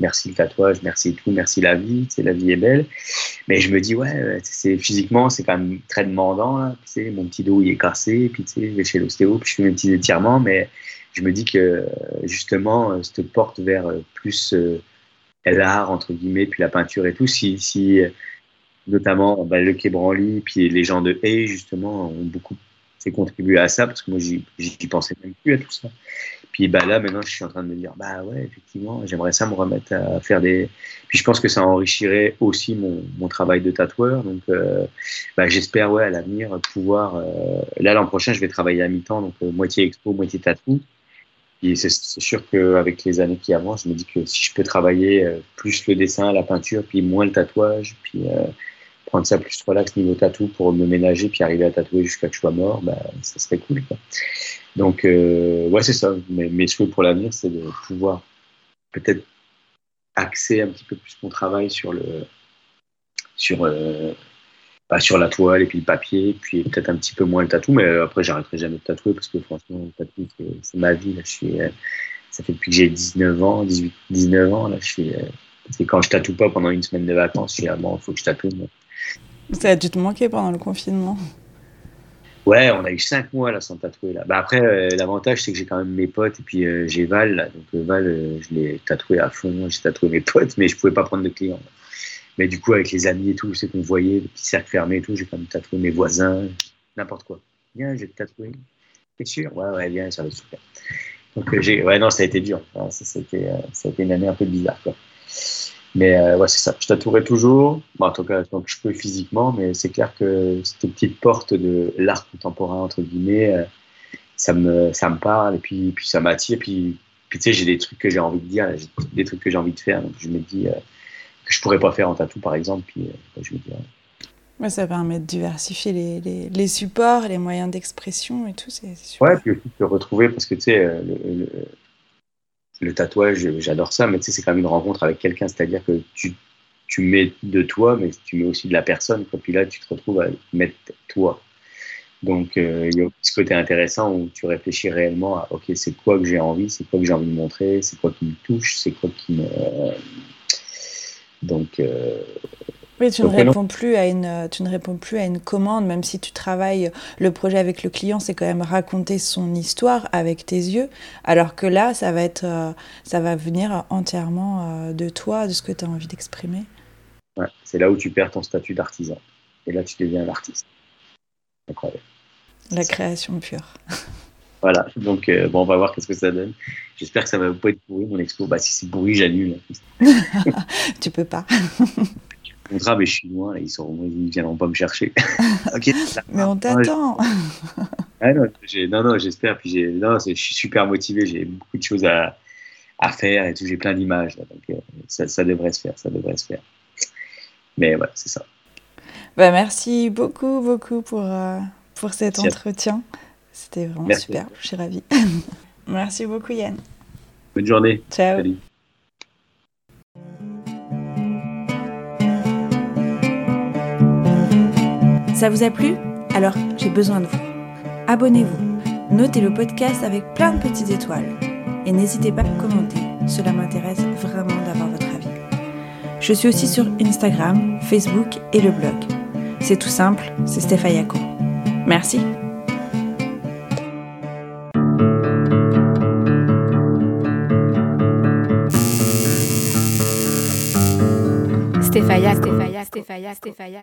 [SPEAKER 4] merci le tatouage, merci tout, merci la vie, tu sais, la vie est belle. Mais je me dis, ouais, c'est, physiquement, c'est quand même très demandant, là. Tu sais, mon petit dos, il est cassé, puis tu sais, je vais chez l'ostéo, puis je fais mes petits étirements, mais je me dis que, justement, cette porte vers plus euh, l'art, entre guillemets, puis la peinture et tout, si, si notamment bah, le Quai Branly, puis les gens de Hay, justement, ont beaucoup fait contribuer à ça, parce que moi, j'y, j'y pensais même plus à tout ça. Puis bah, là, maintenant, je suis en train de me dire, bah ouais, effectivement, j'aimerais ça me remettre à faire des... Puis je pense que ça enrichirait aussi mon, mon travail de tatoueur. Donc, euh, bah, j'espère, ouais, à l'avenir, pouvoir... Euh... Là, l'an prochain, je vais travailler à mi-temps, donc euh, moitié expo, moitié tatou. Et c'est, c'est sûr qu'avec les années qui avancent, je me dis que si je peux travailler euh, plus le dessin, la peinture, puis moins le tatouage, puis... Euh, prendre ça plus relax niveau tatou pour me ménager puis arriver à tatouer jusqu'à que je sois mort, bah, ça serait cool, quoi. Donc, euh, ouais, c'est ça. Mes, mes souhaits pour l'avenir, c'est de pouvoir peut-être axer un petit peu plus mon travail sur, le, sur, euh, bah, sur la toile et puis le papier, puis peut-être un petit peu moins le tatou, mais après, j'arrêterai jamais de tatouer parce que franchement, le tatou, c'est, c'est ma vie. Là. Je suis, euh, ça fait depuis que j'ai dix-neuf ans, dix-huit, dix-neuf ans. Là, je suis, euh, c'est quand je tatoue pas pendant une semaine de vacances, je suis ah, bon, il faut que je tatoue. Mais...
[SPEAKER 1] Ça a dû te manquer pendant le confinement.
[SPEAKER 4] Ouais, on a eu cinq mois là sans tatouer là. Bah après, euh, l'avantage c'est que j'ai quand même mes potes et puis euh, j'ai Val là. Donc euh, Val, euh, je l'ai tatoué à fond. J'ai tatoué mes potes, mais je pouvais pas prendre de clients. Là. Mais du coup, avec les amis et tout, c'est qu'on voyait, les petits cercles fermés et tout, j'ai quand même tatoué mes voisins, n'importe quoi. Viens, j'ai tatoué. T'es sûr? Ouais, ouais, viens, ça va être super. Donc euh, j'ai, ouais, non, ça a été dur. Hein, ça, ça, a été, euh, ça a été une année un peu bizarre, quoi. Mais euh, ouais, c'est ça. Je tatouerai toujours, bon, en tout cas, tant que je peux physiquement, mais c'est clair que cette petite porte de l'art contemporain, entre guillemets, euh, ça, me, ça me parle et puis, puis ça m'attire. Puis, puis tu sais, j'ai des trucs que j'ai envie de dire, j'ai des trucs que j'ai envie de faire. Donc je me dis euh, que je pourrais pas faire en tatou, par exemple. Puis euh, je me dis, ouais.
[SPEAKER 1] Ouais, ça permet de diversifier les, les, les supports, les moyens d'expression et tout, c'est, c'est super.
[SPEAKER 4] Ouais, puis aussi te retrouver, parce que tu sais, le, le, le tatouage, j'adore ça, mais tu sais, c'est quand même une rencontre avec quelqu'un, c'est-à-dire que tu, tu mets de toi, mais tu mets aussi de la personne, quoi. Puis là, tu te retrouves à mettre toi. Donc, euh, il y a ce côté intéressant où tu réfléchis réellement à, ok, c'est quoi que j'ai envie, c'est quoi que j'ai envie de montrer, c'est quoi qui me touche, c'est quoi qui me... Donc... Euh...
[SPEAKER 1] Oui, tu ne, réponds plus à une, tu ne réponds plus à une commande, même si tu travailles le projet avec le client, c'est quand même raconter son histoire avec tes yeux, alors que là, ça va, être, euh, ça va venir entièrement euh, de toi, de ce que tu as envie d'exprimer.
[SPEAKER 4] Ouais, c'est là où tu perds ton statut d'artisan. Et là, tu deviens l'artiste. Incroyable.
[SPEAKER 1] La création pure.
[SPEAKER 4] Voilà, donc euh, bon, on va voir qu'est-ce que ça donne. J'espère que ça va pas être pourri, mon expo. Bah, si c'est pourri, j'annule.
[SPEAKER 1] Tu peux pas.
[SPEAKER 4] Contrat, mais je suis loin, là, ils sont, ils viendront pas me chercher.
[SPEAKER 1] Okay. Mais on t'attend.
[SPEAKER 4] Ah, non, j'ai, non, non, j'espère. Puis j'ai, non, c'est, je suis super motivé. J'ai beaucoup de choses à, à faire et tout. J'ai plein d'images, là, donc euh, ça, ça devrait se faire, ça devrait se faire. Mais voilà, c'est ça.
[SPEAKER 1] Bah, merci beaucoup, beaucoup pour euh, pour cet merci entretien. C'était vraiment merci super. Je suis ravie. Merci beaucoup, Yann.
[SPEAKER 4] Bonne journée.
[SPEAKER 1] Ciao.
[SPEAKER 4] Salut.
[SPEAKER 1] Ça vous a plu ? Alors, j'ai besoin de vous. Abonnez-vous, notez le podcast avec plein de petites étoiles et n'hésitez pas à commenter, cela m'intéresse vraiment d'avoir votre avis. Je suis aussi sur Instagram, Facebook et le blog. C'est tout simple, c'est Stefayako. Merci.
[SPEAKER 5] Stefaya, Stefaya, Stefaya, Stefaya.